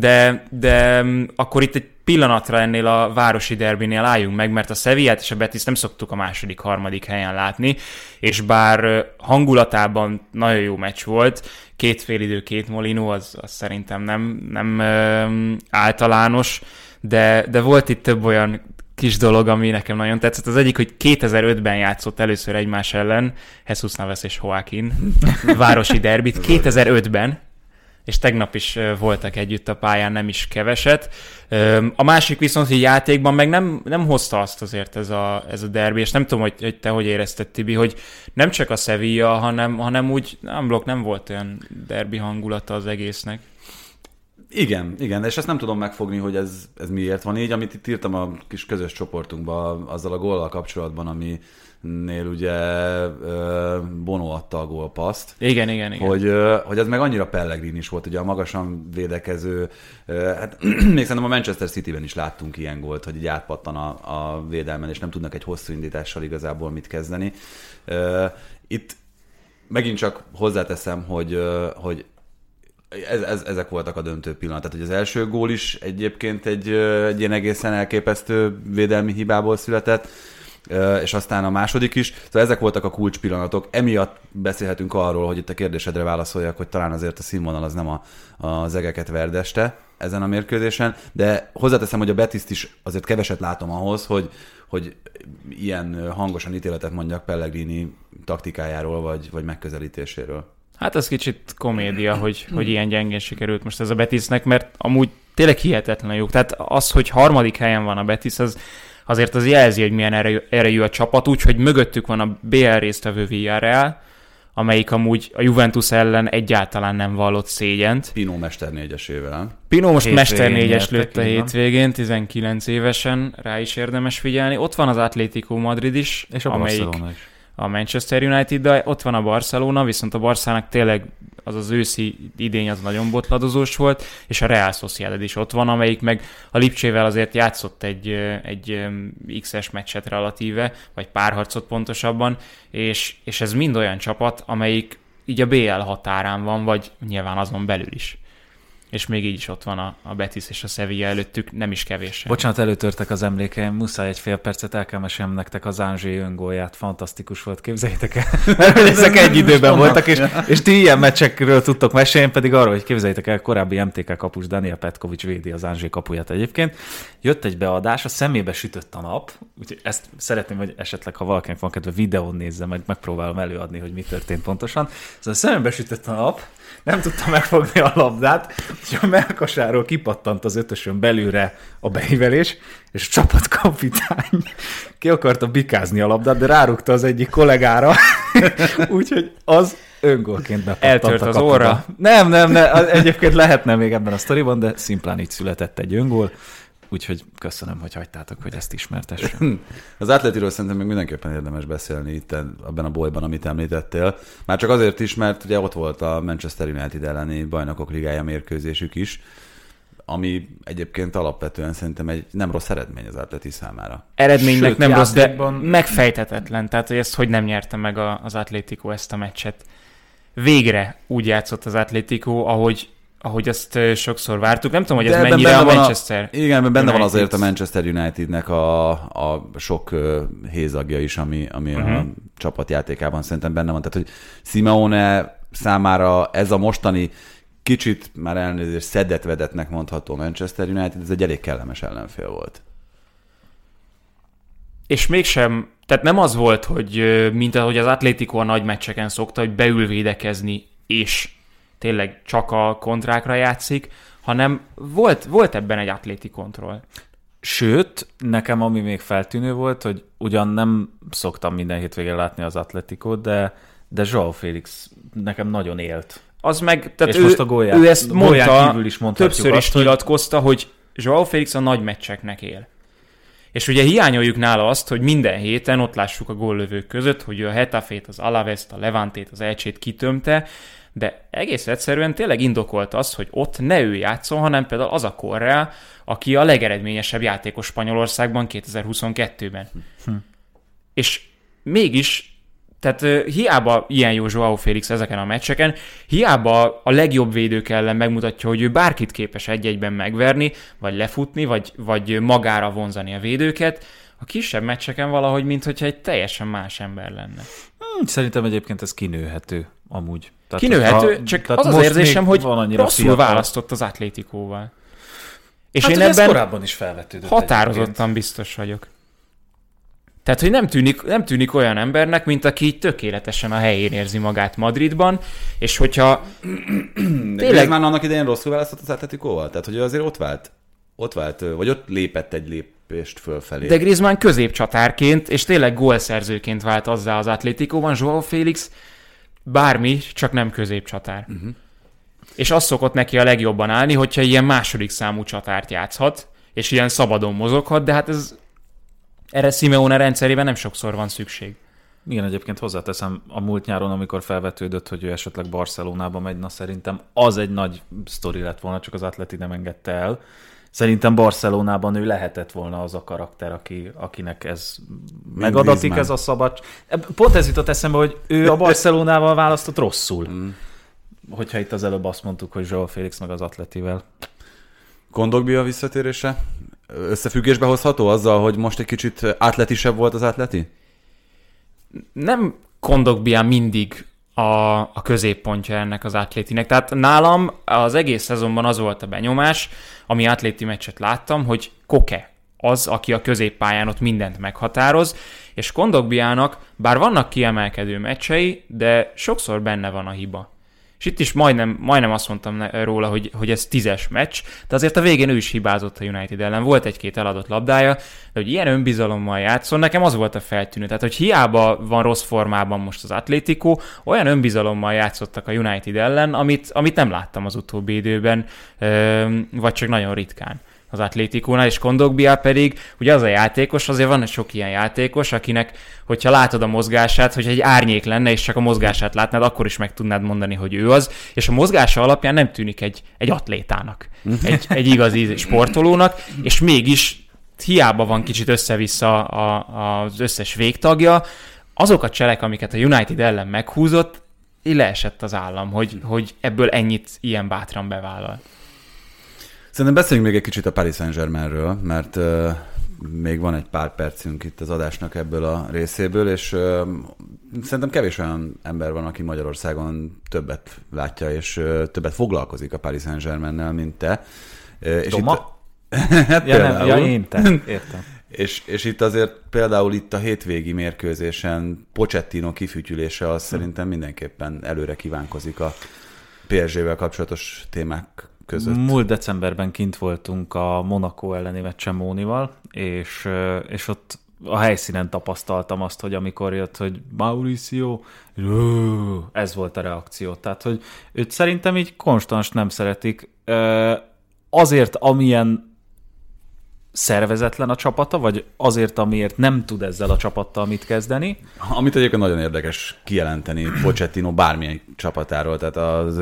De akkor itt egy pillanatra ennél a városi derbinél álljunk meg, mert a Sevillát és a Betis nem szoktuk a második, harmadik helyen látni, és bár hangulatában nagyon jó meccs volt, 2 félidő, 2 Molino, az szerintem nem általános, de volt itt több olyan kis dolog, ami nekem nagyon tetszett. Az egyik, hogy 2005-ben játszott először egymás ellen Jesus Navas és Joaquin városi derbit, 2005-ben, és tegnap is voltak együtt a pályán, nem is keveset. A másik viszont, hogy játékban meg nem hozta azt azért ez a derbi, és nem tudom, hogy te hogy érezted, Tibi, hogy nem csak a Sevilla, hanem úgy nem volt olyan derbi hangulata az egésznek. Igen, és ezt nem tudom megfogni, hogy ez miért van így, amit itt írtam a kis közös csoportunkban azzal a góllal kapcsolatban, aminél ugye Bono adta a gólpaszt. Igen. Hogy ez meg annyira Pellegrini is volt, ugye a magasan védekező, hát még szerintem a Manchester Cityben is láttunk ilyen gólt, hogy így átpattan a védelmen, és nem tudnak egy hosszú indítással igazából mit kezdeni. Itt megint csak hozzáteszem, hogy ezek voltak a döntő pillanat. Tehát, hogy az első gól is egyébként egy ilyen egészen elképesztő védelmi hibából született, és aztán a második is. Szóval ezek voltak a kulcspillanatok. Emiatt beszélhetünk arról, hogy itt a kérdésedre válaszoljak, hogy talán azért a színvonal az nem az egeket verdeste ezen a mérkőzésen, de hozzáteszem, hogy a Betiszt is azért keveset látom ahhoz, hogy ilyen hangosan ítéletet mondjak Pellegrini taktikájáról, vagy megközelítéséről. Hát ez kicsit komédia, hogy ilyen gyengén sikerült most ez a Betisnek, mert amúgy tényleg hihetetlen jó. Tehát az, hogy harmadik helyen van a Betis, azért az jelzi, hogy milyen erejű a csapat, úgyhogy mögöttük van a BL résztvevő Villarreal, amelyik amúgy a Juventus ellen egyáltalán nem vallott szégyent. Pino Mester 4-esével. Pino most Mester 4-es lőtt a hétvégén, 19 évesen, rá is érdemes figyelni. Ott van az Atlético Madrid is, és a Barcelona is. A Manchester United, de ott van a Barcelona, viszont a Barszának tényleg az őszi idény az nagyon botladozós volt, és a Real Sociedad is ott van, amelyik meg a Lipcsével azért játszott egy X-es meccset relatíve, vagy párharcot pontosabban, és ez mind olyan csapat, amelyik így a BL határán van, vagy nyilván azon belül is. És még így is ott van a Betis és a Sevilla előttük, nem is kevés. Bocsánat, előtörtek az emlékeim, muszáj egy fél percet el kell mesélnem nektek az Angers öngólját, fantasztikus volt, képzeljétek el. Mert ezek egy időben voltak, és ti ilyen meccsekről tudtok mesélni, én pedig arról, hogy képzeljétek el, korábbi MTK kapus Daniel Petkovics védi az Angers kapuját egyébként. Jött egy beadás, a szemébe sütött a nap, úgyhogy ezt szeretném, hogy esetleg, ha valakinek van kedve, videón nézze, meg megpróbálom előadni, hogy mi történt pontosan. Szóval a szemébe sütött a nap, nem tudtam megfogni a labdát, úgyhogy a mellkasáról kipattant az ötösön belülre a beívelés, és a csapatkapitány ki akarta bikázni a labdát, de rárugta az egyik kollégára, úgyhogy az öngólként bepattant. Eltört az óra? Nem, egyébként lehetne még ebben a sztoriban, de szimplán így született egy öngól. Úgyhogy köszönöm, hogy hagytátok, hogy ezt ismertessem. Az Atletiről szerintem még mindenképpen érdemes beszélni itt abban a bolyban, amit említettél. Már csak azért is, mert ugye ott volt a Manchester United elleni Bajnokok Ligája mérkőzésük is, ami egyébként alapvetően szerintem egy nem rossz eredmény az Atleti számára. Eredménynek nem rossz, de megfejthetetlen. Tehát, hogy ezt hogy nem nyerte meg az Atlético ezt a meccset. Végre úgy játszott az Atlético, ahogy azt sokszor vártuk. Nem tudom, hogy ez mennyire a Manchester Igen, benne van azért a Manchester Unitednek a sok hézagja is, ami a csapatjátékában szerintem benne van. Tehát, hogy Simeone számára ez a mostani kicsit már elnézést szedett-vedetnek mondható Manchester United, ez egy elég kellemes ellenfél volt. És mégsem, tehát nem az volt, hogy mint ahogy az Atlético a nagy meccseken szokta, hogy beül védekezni, és tényleg csak a kontrákra játszik, hanem volt ebben egy atléti kontroll. Sőt, nekem ami még feltűnő volt, hogy ugyan nem szoktam minden hétvégén látni az Atletikót, de João Félix nekem nagyon élt. Az meg, tehát és most a ő ezt mondta, többször is nyilatkozta, hogy João Félix a nagy meccseknek él. És ugye hiányoljuk nála azt, hogy minden héten ott lássuk a góllövők között, hogy ő a Hetafét, az Alavest, a Levantét, az Elcsét kitömte, de egész egyszerűen tényleg indokolt az, hogy ott ne ő játszon, hanem például az a Correa, aki a legeredményesebb játékos Spanyolországban 2022-ben. És mégis, tehát hiába ilyen jó João Félix ezeken a meccseken, hiába a legjobb védők ellen megmutatja, hogy ő bárkit képes egy-egyben megverni, vagy lefutni, vagy magára vonzani a védőket, a kisebb meccseken valahogy, mintha egy teljesen más ember lenne. Szerintem egyébként ez kinőhető amúgy. Tehát kinőhető, csak az érzésem, hogy rosszul választott az Atlétikóval. És hát én ebben korábban is felvetődött. Határozottan biztos vagyok. Tehát, hogy nem tűnik olyan embernek, mint aki így tökéletesen a helyén érzi magát Madridban, és hogyha tényleg már annak idején rosszul választott az Atletikóval? Tehát, hogy azért ott vált, vagy ott lépett egy lépést fölfelé. De Griezmann középcsatárként, és tényleg gólszerzőként vált azzá az Atlétikóban, João Félix bármi, csak nem középcsatár. És az szokott neki a legjobban állni, hogyha ilyen második számú csatárt játszhat, és ilyen szabadon mozoghat, de hát erre Simeone rendszerében nem sokszor van szükség. Igen, egyébként hozzáteszem, a múlt nyáron, amikor felvetődött, hogy ő esetleg Barcelonába megy, na szerintem az egy nagy sztori lett volna, csak az Atleti nem engedte el, Szerintem Barcelonában ő lehetett volna az a karakter, akinek ez megadatik, ez a szabad. Pont ez jutott eszembe, hogy ő a Barcelonával választott rosszul. Hogyha itt az előbb azt mondtuk, hogy Joao Félix meg az Atletivel. Kondogbia visszatérése összefüggésbe hozható azzal, hogy most egy kicsit atletisebb volt az Atleti? Nem Kondogbia mindig a középpontja ennek az Atletinek. Tehát nálam az egész szezonban az volt a benyomás, ami Atleti meccset láttam, hogy Koke az, aki a középpályán ott mindent meghatároz, és Kondogbiának, bár vannak kiemelkedő meccsei, de sokszor benne van a hiba. És itt is majdnem azt mondtam róla, hogy ez 10-es meccs, de azért a végén ő is hibázott a United ellen. Volt egy-két eladott labdája, de hogy ilyen önbizalommal játszol, nekem az volt a feltűnő. Tehát, hogy hiába van rossz formában most az Atlético, olyan önbizalommal játszottak a United ellen, amit nem láttam az utóbbi időben, vagy csak nagyon ritkán az Atlétikónál, és Kondogbia pedig, ugye az a játékos, azért van sok ilyen játékos, akinek, hogyha látod a mozgását, hogyha egy árnyék lenne, és csak a mozgását látnád, akkor is meg tudnád mondani, hogy ő az, és a mozgása alapján nem tűnik egy atlétának, egy igazi sportolónak, és mégis hiába van kicsit össze-vissza az összes végtagja, azok a cselek, amiket a United ellen meghúzott, így leesett az állam, hogy ebből ennyit ilyen bátran bevállal. Szerintem beszéljünk még egy kicsit a Paris Saint-Germainről, mert még van egy pár percünk itt az adásnak ebből a részéből, és szerintem kevés olyan ember van, aki Magyarországon többet látja, és többet foglalkozik a Paris Saint-Germainnel, mint te. Doma? Hát értem. És itt azért például itt a hétvégi mérkőzésen Pochettino kifütyülése az szerintem mindenképpen előre kívánkozik a PSG-vel kapcsolatos témák között. Múlt decemberben kint voltunk a Monaco elleni meccsen Mónival, és ott a helyszínen tapasztaltam azt, hogy amikor jött, hogy Mauricio, ez volt a reakció. Tehát, hogy őt szerintem így konstans nem szeretik. Azért, amilyen szervezetlen a csapata, vagy azért, amiért nem tud ezzel a csapattal mit kezdeni. Amit egyébként nagyon érdekes kijelenteni Pochettino bármilyen csapatáról, tehát az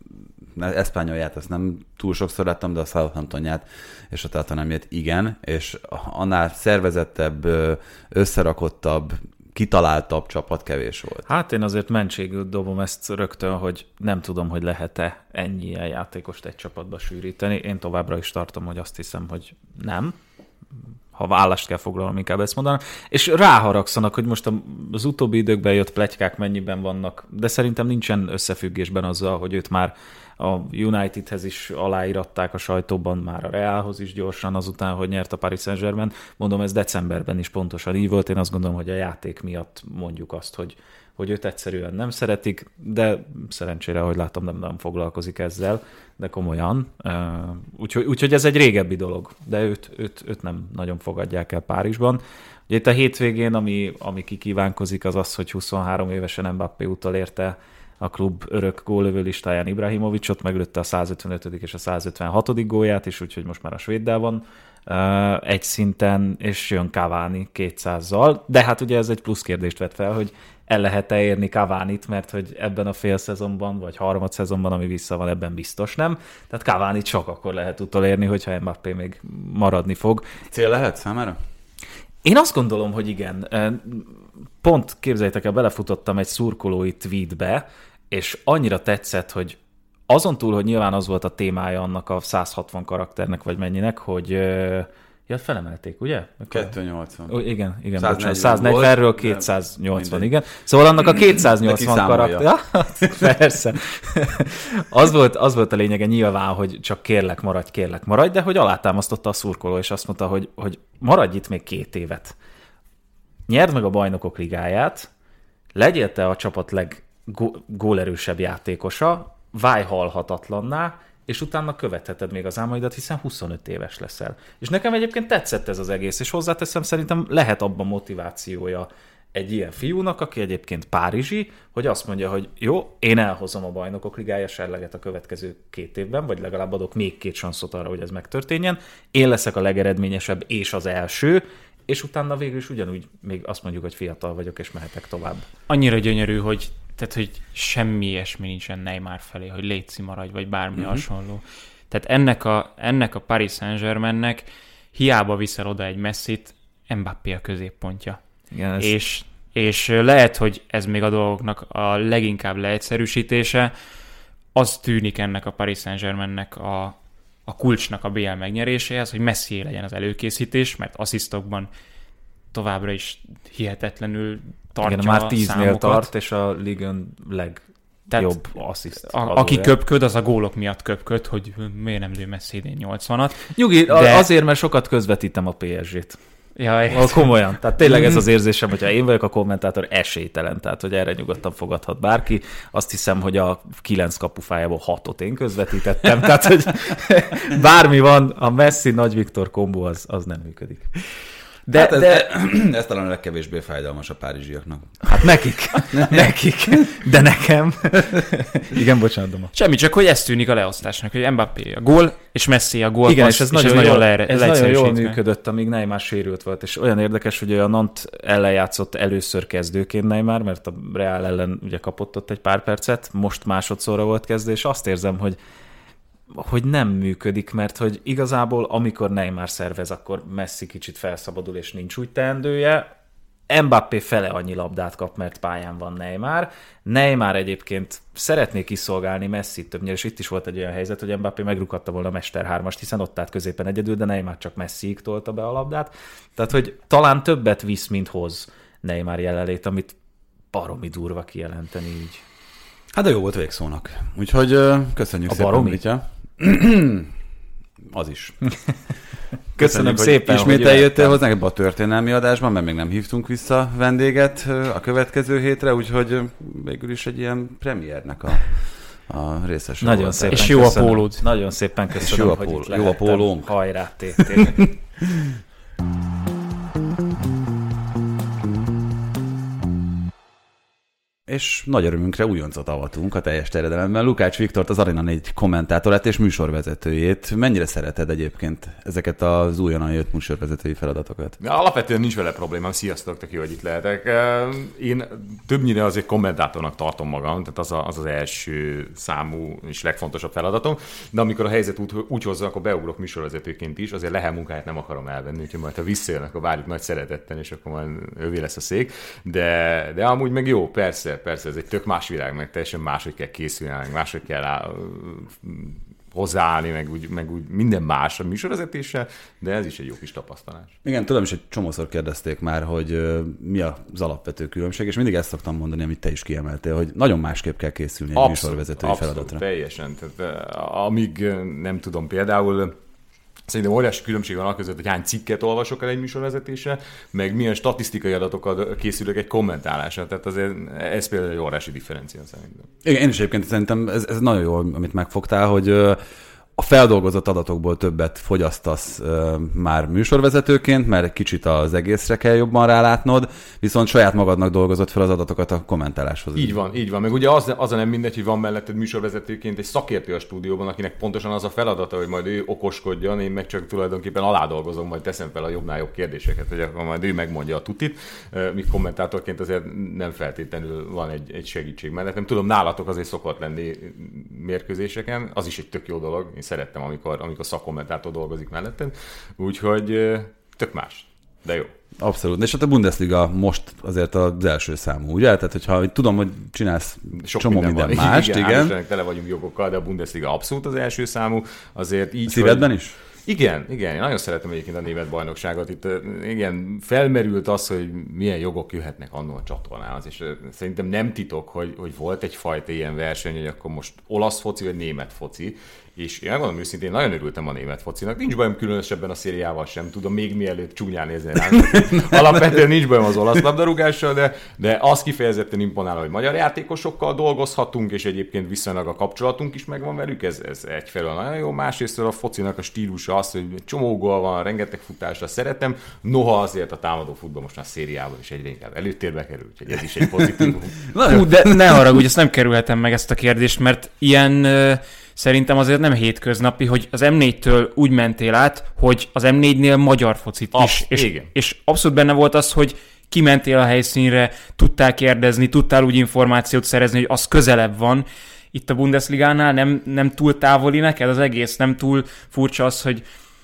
Espanyolát azt nem túl sokszor láttam, de a Southamptonját és a Tottenhamját igen, és annál szervezettebb, összerakottabb, kitaláltabb csapat kevés volt. Hát én azért mentségül dobom ezt rögtön, hogy nem tudom, hogy lehet-e ennyi ilyen játékost egy csapatba sűríteni. Én továbbra is tartom, hogy azt hiszem, hogy nem. Ha vállást kell foglalnom, inkább ezt mondanak. És ráharagszanak, hogy most az utóbbi időkben jött pletykák mennyiben vannak, de szerintem nincsen összefüggésben azzal, hogy őt már a Unitedhez is aláíratták a sajtóban, már a Realhoz is gyorsan azután, hogy nyert a Paris Saint-Germain. Mondom, ez decemberben is pontosan így volt. Én azt gondolom, hogy a játék miatt mondjuk azt, hogy őt egyszerűen nem szeretik, de szerencsére, ahogy látom, nem foglalkozik ezzel, de komolyan. Úgyhogy ez egy régebbi dolog, de őt nem nagyon fogadják el Párizsban. Ugye itt a hétvégén, ami kikívánkozik, az az, hogy 23 évesen Mbappé utolérte a klub örök gólövő listáján Ibrahimovicsot, meglőtte a 155. és a 156. gólját is, úgyhogy most már a svéddel van egy szinten, és jön Cavani 200-zal, de hát ugye ez egy plusz kérdést vet fel, hogy el lehet-e érni Cavanit, mert hogy ebben a fél szezonban, vagy harmad szezonban, ami vissza van, ebben biztos nem. Tehát Cavanit csak akkor lehet utolérni, hogyha Mbappé még maradni fog. Cél lehet számára? Én azt gondolom, hogy igen. Pont képzeljétek el, belefutottam egy szurkolói tweetbe, és annyira tetszett, hogy azon túl, hogy nyilván az volt a témája annak a 160 karakternek, vagy mennyinek, hogy felemelték, ugye? 280. Igen, 140-ről 280, igen. Szóval annak a 280 karakter... Ja, persze. Az volt a lényege nyilván, hogy csak kérlek maradj, de hogy alátámasztotta a szurkoló, és azt mondta, hogy maradj itt még 2 évet. Nyerd meg a Bajnokok Ligáját, legyél te a csapat leggólerősebb játékosa, válj halhatatlanná, és utána követheted még az álmaidat, hiszen 25 éves leszel. És nekem egyébként tetszett ez az egész, és hozzáteszem, szerintem lehet abban motivációja egy ilyen fiúnak, aki egyébként párizsi, hogy azt mondja, hogy jó, én elhozom a Bajnokok Ligája serleget a következő 2 évben, vagy legalább adok még 2 sanszot arra, hogy ez megtörténjen. Én leszek a legeredményesebb és az első, és utána végül is ugyanúgy még azt mondjuk, hogy fiatal vagyok, és mehetek tovább. Annyira gyönyörű, hogy Tehát, hogy semmi ilyesmi nincsen Neymar felé, hogy létszi maradj, vagy bármi hasonló. Tehát ennek a Paris Saint-Germainnek hiába viszel oda egy Messit, Mbappé a középpontja. Igen, És lehet, hogy ez még a dolgoknak a leginkább leegyszerűsítése, az tűnik ennek a Paris Saint-Germainnek a kulcsnak a BL megnyeréséhez, hogy Messié legyen az előkészítés, mert asszisztokban továbbra is hihetetlenül tartja. Igen, már 10-nél számokat. tart, és a ligán legjobb assziszt. Aki köpköd, az a gólok miatt köpköd, hogy miért nem lő Messi idén 80-at. Nyugi, azért, mert sokat közvetítem a PSG-t. Ja, komolyan. Tehát tényleg ez az érzésem, hogyha én vagyok a kommentátor, esélytelen. Tehát, hogy erre nyugodtan fogadhat bárki. Azt hiszem, hogy a 9 kapufájából 6-ot én közvetítettem. Tehát, hogy bármi van, a Messi Nagy Viktor kombó az nem működik. De ez talán a legkevésbé fájdalmas a párizsiaknak. Hát nekik, de nekem. Igen, bocsánat, Doma. Semmi, csak hogy ez tűnik a leosztásnak, hogy Mbappé a gól, és Messi a gól. Igen, és ez nagyon jól működött. működött, amíg Neymar sérült volt, és olyan érdekes, hogy a Nantes ellen játszott először kezdőként Neymar, mert a Real ellen ugye kapott ott egy pár percet, most másodszorra volt kezdő, és azt érzem, hogy nem működik, mert hogy igazából amikor Neymar szervez, akkor Messi kicsit felszabadul, és nincs úgy teendője. Mbappé fele annyi labdát kap, mert pályán van Neymar. Neymar egyébként szeretné kiszolgálni Messit többnyire, és itt is volt egy olyan helyzet, hogy Mbappé megrúghatta volna a Mester 3-ast, hiszen ott állt középen egyedül, de Neymar csak Messiig tolta be a labdát. Tehát, hogy talán többet visz, mint hoz Neymar jelenlét, amit baromi durva kijelenteni így. Hát de jó volt végszónak. Úgyhogy köszönjük szépen, baromi? Mitya. Az is. Köszönöm szépen, ismét eljöttél hozzánk ebbe a történelmi adásban, mert még nem hívtunk vissza vendéget a következő hétre, úgyhogy végül is egy ilyen premiernek a részes. Nagyon szépen és jó köszönöm. A pólód. Nagyon szépen köszönöm, hogy itt lehettem. Jó a pólónk. Hajrá, TT. És nagy örömünkre újoncot avatunk a teljes terjedelemben. Lukács Viktort, az Arena 4 kommentátorát és műsorvezetőjét. Mennyire szereted egyébként ezeket az újonnan jött műsorvezetői feladatokat? Alapvetően nincs vele problémám. Sziasztok, tök jó, hogy itt lehetek. Én többnyire azért kommentátornak tartom magam, tehát az első számú és legfontosabb feladatom. De amikor a helyzet úgy hozza, akkor beugrok műsorvezetőként is, azért Lehel munkáját nem akarom elvenni, úgyhogy majd ha visszajönnek, akkor várjuk nagy szeretettel, és akkor majd ővé lesz a szék. De amúgy meg jó, persze, ez egy tök más világ, meg teljesen máshogy kell készülni, meg máshogy kell hozzáállni, meg úgy minden más a műsorvezetéssel, de ez is egy jó kis tapasztalás. Igen, tudom is, hogy csomószor kérdezték már, hogy mi az alapvető különbség, és mindig ezt szoktam mondani, amit te is kiemeltél, hogy nagyon másképp kell készülni egy műsorvezetői feladatra. Teljesen. Tehát, amíg nem tudom, például szerintem óriási különbség van között, hogy hány cikket olvasok el egy műsorvezetésre, meg milyen statisztikai adatokkal készülök egy kommentálásra. Tehát azért ez például egy óriási differencia szerintem. Igen, én is egyébként szerintem ez nagyon jó, amit megfogtál, hogy a feldolgozott adatokból többet fogyasztasz már műsorvezetőként, mert kicsit az egészre kell jobban rálátnod, viszont saját magadnak dolgozott fel az adatokat a kommentáláshoz. Így van. Meg ugye az a nem mindegy, hogy van melletted műsorvezetőként egy szakértő a stúdióban, akinek pontosan az a feladata, hogy majd ő okoskodjon, én meg csak tulajdonképpen aládolgozom, majd teszem fel a jobbnál jobb kérdéseket, hogy akkor majd ő megmondja a tutit. Mi kommentátorként azért nem feltétlenül van egy segítség mellettem. Tudom, nálatok azért szokott lenni mérkőzéseken, az is egy tök jó dolog. Én szerettem, amikor szakkommentátor dolgozik mellettem, úgyhogy tök más, de jó. Abszolút. És hát a Bundesliga most azért az első számú, ugye? Tehát, hogyha tudom, hogy csinálsz sok csomó minden mást, igen. Tele vagyunk jogokkal, de a Bundesliga abszolút az első számú. Azért így, szívedben is? Igen, én nagyon szeretem egyébként a német bajnokságot. Itt igen, felmerült az, hogy milyen jogok jöhetnek annól a csatornához, és szerintem nem titok, hogy volt egyfajta ilyen verseny, hogy akkor most olasz foci vagy német foci, és én megmondom őszintén, nagyon örültem a német focinak. Nincs bajom különösebben a szériával sem, tudom, még mielőtt csúnyán nézni rám. Alapvetően nincs bajom az olasz labdarúgással, de az kifejezetten imponál, hogy magyar játékosokkal dolgozhatunk, és egyébként viszonylag a kapcsolatunk is megvan velük, ez egyfelől nagyon jó. Másrésztől a focinak a stílusa az, hogy csomó gól van, rengeteg futásra szeretem, noha azért a támadó futball most már szériában is egyre inkább előtérbe kerül, úgyhogy ez is egy pozitív. De ne haragudj, ezt nem kerülhetem meg ezt a kérdést, mert ilyen szerintem azért nem hétköznapi, hogy az M4-től úgy mentél át, hogy az M4-nél magyar focit is. És abszolút benne volt az, hogy kimentél a helyszínre, tudtál kérdezni, tudtál úgy információt szerezni, hogy az közelebb van. Itt a Bundesligánál nem túl távoli neked az egész, nem túl furcsa az, hogy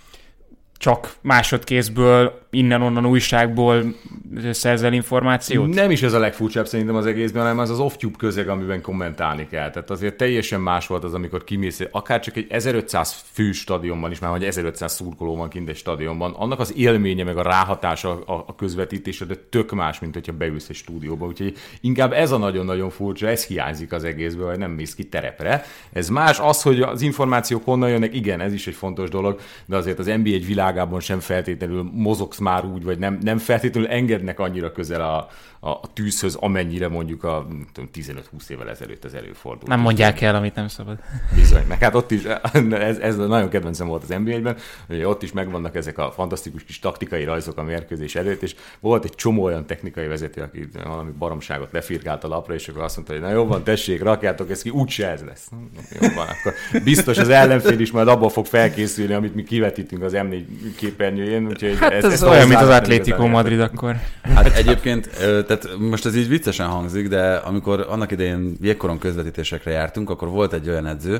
csak másodkézből, innen-onnan újságból szerzel információt? Nem is ez a legfurcsább szerintem az egészben, hanem az off-tube közeg, amiben kommentálni kell. Tehát azért teljesen más volt az, amikor kimész, akár csak egy 1500 fő stadionban is, már vagy 1500 szurkoló van kint egy stadionban, annak az élménye meg a ráhatása a közvetítésre, de tök más, mint hogyha beülsz egy stúdióba. Úgyhogy inkább ez a nagyon-nagyon furcsa, ez hiányzik az egészből, hogy nem mész ki terepre. Ez más, az, hogy az információk honnan jönnek, igen, ez is egy fontos dolog, de azért az NBA egy világában sem feltétlenül mozogsz már úgy, vagy nem feltétlenül engednek annyira közel a tűzhöz, amennyire mondjuk a 15-20 évvel ezelőtt ez előfordult. Nem mondják el, amit nem szabad. Bizony, meg hát ott is, ez nagyon kedvencem volt az NBA-ben, hogy ott is megvannak ezek a fantasztikus kis taktikai rajzok a mérkőzés előtt, és volt egy csomó olyan technikai vezető, aki valami baromságot lefirkált a lapra, és akkor azt mondta, hogy na jó van, tessék, rakjátok ezt ki, úgyse ez lesz. Jó van, akkor biztos az ellenfél is majd abban fog felkészülni, amit mi kivetítünk az M4 képernyőjén. Úgyhogy hát ez olyan, mint az Atlético Madrid akkor. Hát egyébként, tehát most ez így viccesen hangzik, de amikor annak idején jégkoron közvetítésekre jártunk, akkor volt egy olyan edző,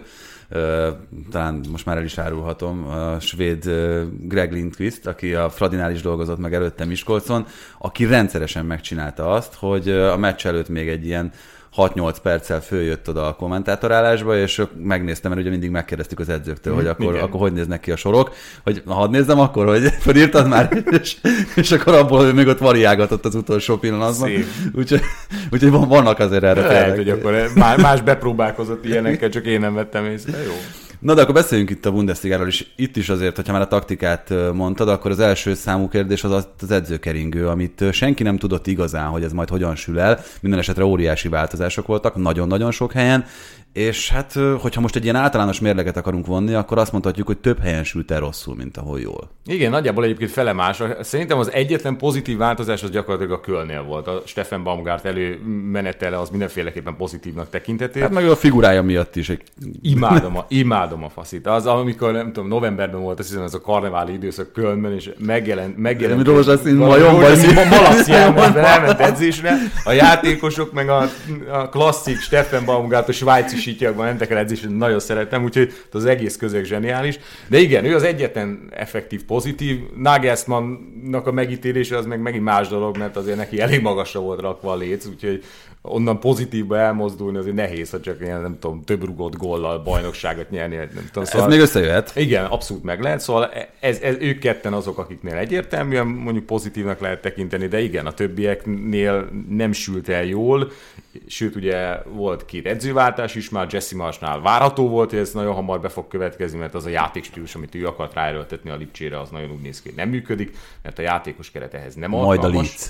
talán most már el is árulhatom, a svéd Greg Lindqvist, aki a Fradinál is dolgozott meg előtte Miskolcon, aki rendszeresen megcsinálta azt, hogy a meccs előtt még egy ilyen 6-8 perccel följött oda a kommentátorálásba, és megnéztem, mert ugye mindig megkérdeztük az edzőktől, hogy akkor hogy néznek ki a sorok, hogy hadd nézzem akkor, hogy felírtad már, és akkor abból még ott variálgatott az utolsó pillanatban. Úgyhogy vannak azért erre lehet, hogy akkor más bepróbálkozott ilyenekkel, csak én nem vettem észre. Jó. Na de akkor beszéljünk itt a Bundesligáról is. Itt is azért, hogyha már a taktikát mondtad, akkor az első számú kérdés az edzőkeringő, amit senki nem tudott igazán, hogy ez majd hogyan sül el. Minden esetre óriási változások voltak, nagyon-nagyon sok helyen, és hát, hogyha most egy ilyen általános mérleget akarunk vonni, akkor azt mondhatjuk, hogy több helyen sült el rosszul, mint ahol jól. Igen, nagyjából egyébként fele más. Szerintem az egyetlen pozitív változás az gyakorlatilag a Kölnél volt. A Steffen Baumgart előmenetele az mindenféleképpen pozitívnak tekinthető. Hát meg a figurája miatt is. Imádom a faszit. Az, amikor nem tudom, novemberben volt, azt hiszem, ez a karneváli időszak Kölnben, és megjelent rózsaszín majom vagy Malaciában elment edzésre. A játékosok meg a klasszik Steffen Baumgart, a svájci sítyakban mentek el edzésre, nagyon szeretem, úgyhogy az egész közeg zseniális. De igen, ő az egyetlen effektív pozitív. Nagelsmannnak a megítélése az meg megint más dolog, mert azért neki elég magasra volt rakva a léc, úgyhogy onnan pozitívba elmozdulni azért nehéz, ha csak ilyen, nem tudom, több rugott góllal bajnokságot nyerni. Nem tudom, szóval... Ez még összejöhet. Igen, abszolút meg lehet. Szóval ők ketten azok, akiknél egyértelműen mondjuk pozitívnak lehet tekinteni, de igen, a többieknél nem sült el jól. Sőt, ugye volt 2 edzőváltás is, már Jesse Marschnál várható volt, hogy ez nagyon hamar be fog következni, mert az a játékstílus, amit ő akart ráerőltetni a Lipcsére, az nagyon úgy néz ki, hogy nem működik, mert a játékos keret ehhez nem alkalmas. Majd a Leeds.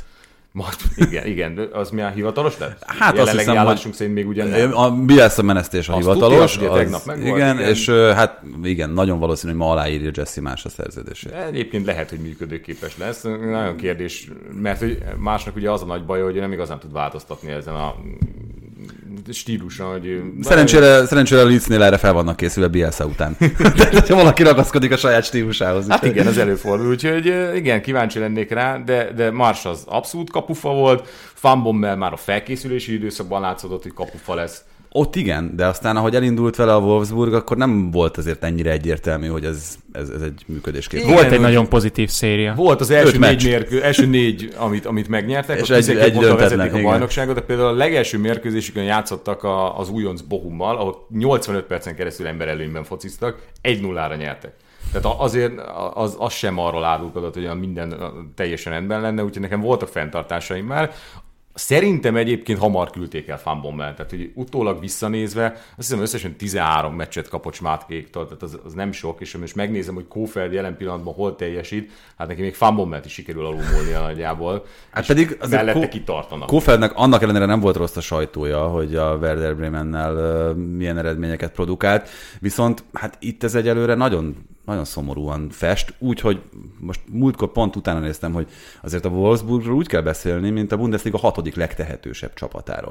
Igen, az mi a hivatalos lett? Hát azt hiszem, állásunk szerint még ugyan nem. A Bielsa menesztés a hivatalos. Tudja, tegnap meg igen, és hát igen, nagyon valószínű, hogy ma aláírja Jesse más a szerződését. Egyébként lehet, hogy működőképes lesz. Nagyon kérdés, mert hogy másnak ugye az a nagy baj, hogy nem igazán tud változtatni ezen a stíluson, hogy... Szerencsére a Leedsnél erre fel vannak készülve Bielsa után. Tehát, ha valaki ragaszkodik a saját stílusához. Hát igen, ez előfordul, úgyhogy igen, kíváncsi lennék rá, de Marsch az abszolút kapufa volt, Van Bommel már a felkészülési időszakban látszódott, hogy kapufa lesz. Ott igen, de aztán ahogy elindult vele a Wolfsburg, akkor nem volt azért ennyire egyértelmű, hogy ez egy működéskép. Volt egy nagyon pozitív széria. Volt az első négy, amit megnyertek, és egy ponttal vezették a bajnokságot, de például a legelső mérkőzésükön játszottak az újonc Bochummal, ahol 85 percen keresztül emberelőnyben fociztak, 1-0-ra nyertek. Tehát azért az sem arról árulkodott, hogy minden teljesen rendben lenne, úgyhogy nekem voltak fenntartásaim már. Szerintem egyébként hamar küldték el Van Bommel, tehát hogy utólag visszanézve, azt hiszem összesen 13 meccset kapott Schmadtkéktől, tehát az nem sok, és most megnézem, hogy Kofeld jelen pillanatban hol teljesít, hát neki még Van Bommelt is sikerül alulmúlnia nagyjából, hát pedig mellette kitartanak. Kofeldnek annak ellenére nem volt rossz a sajtója, hogy a Werder Bremennel milyen eredményeket produkált, viszont hát itt ez egyelőre nagyon szomorúan fest, úgyhogy most múltkor pont utána néztem, hogy azért a Wolfsburgról úgy kell beszélni, mint a Bundesliga 6. legtehetősebb csapatáról.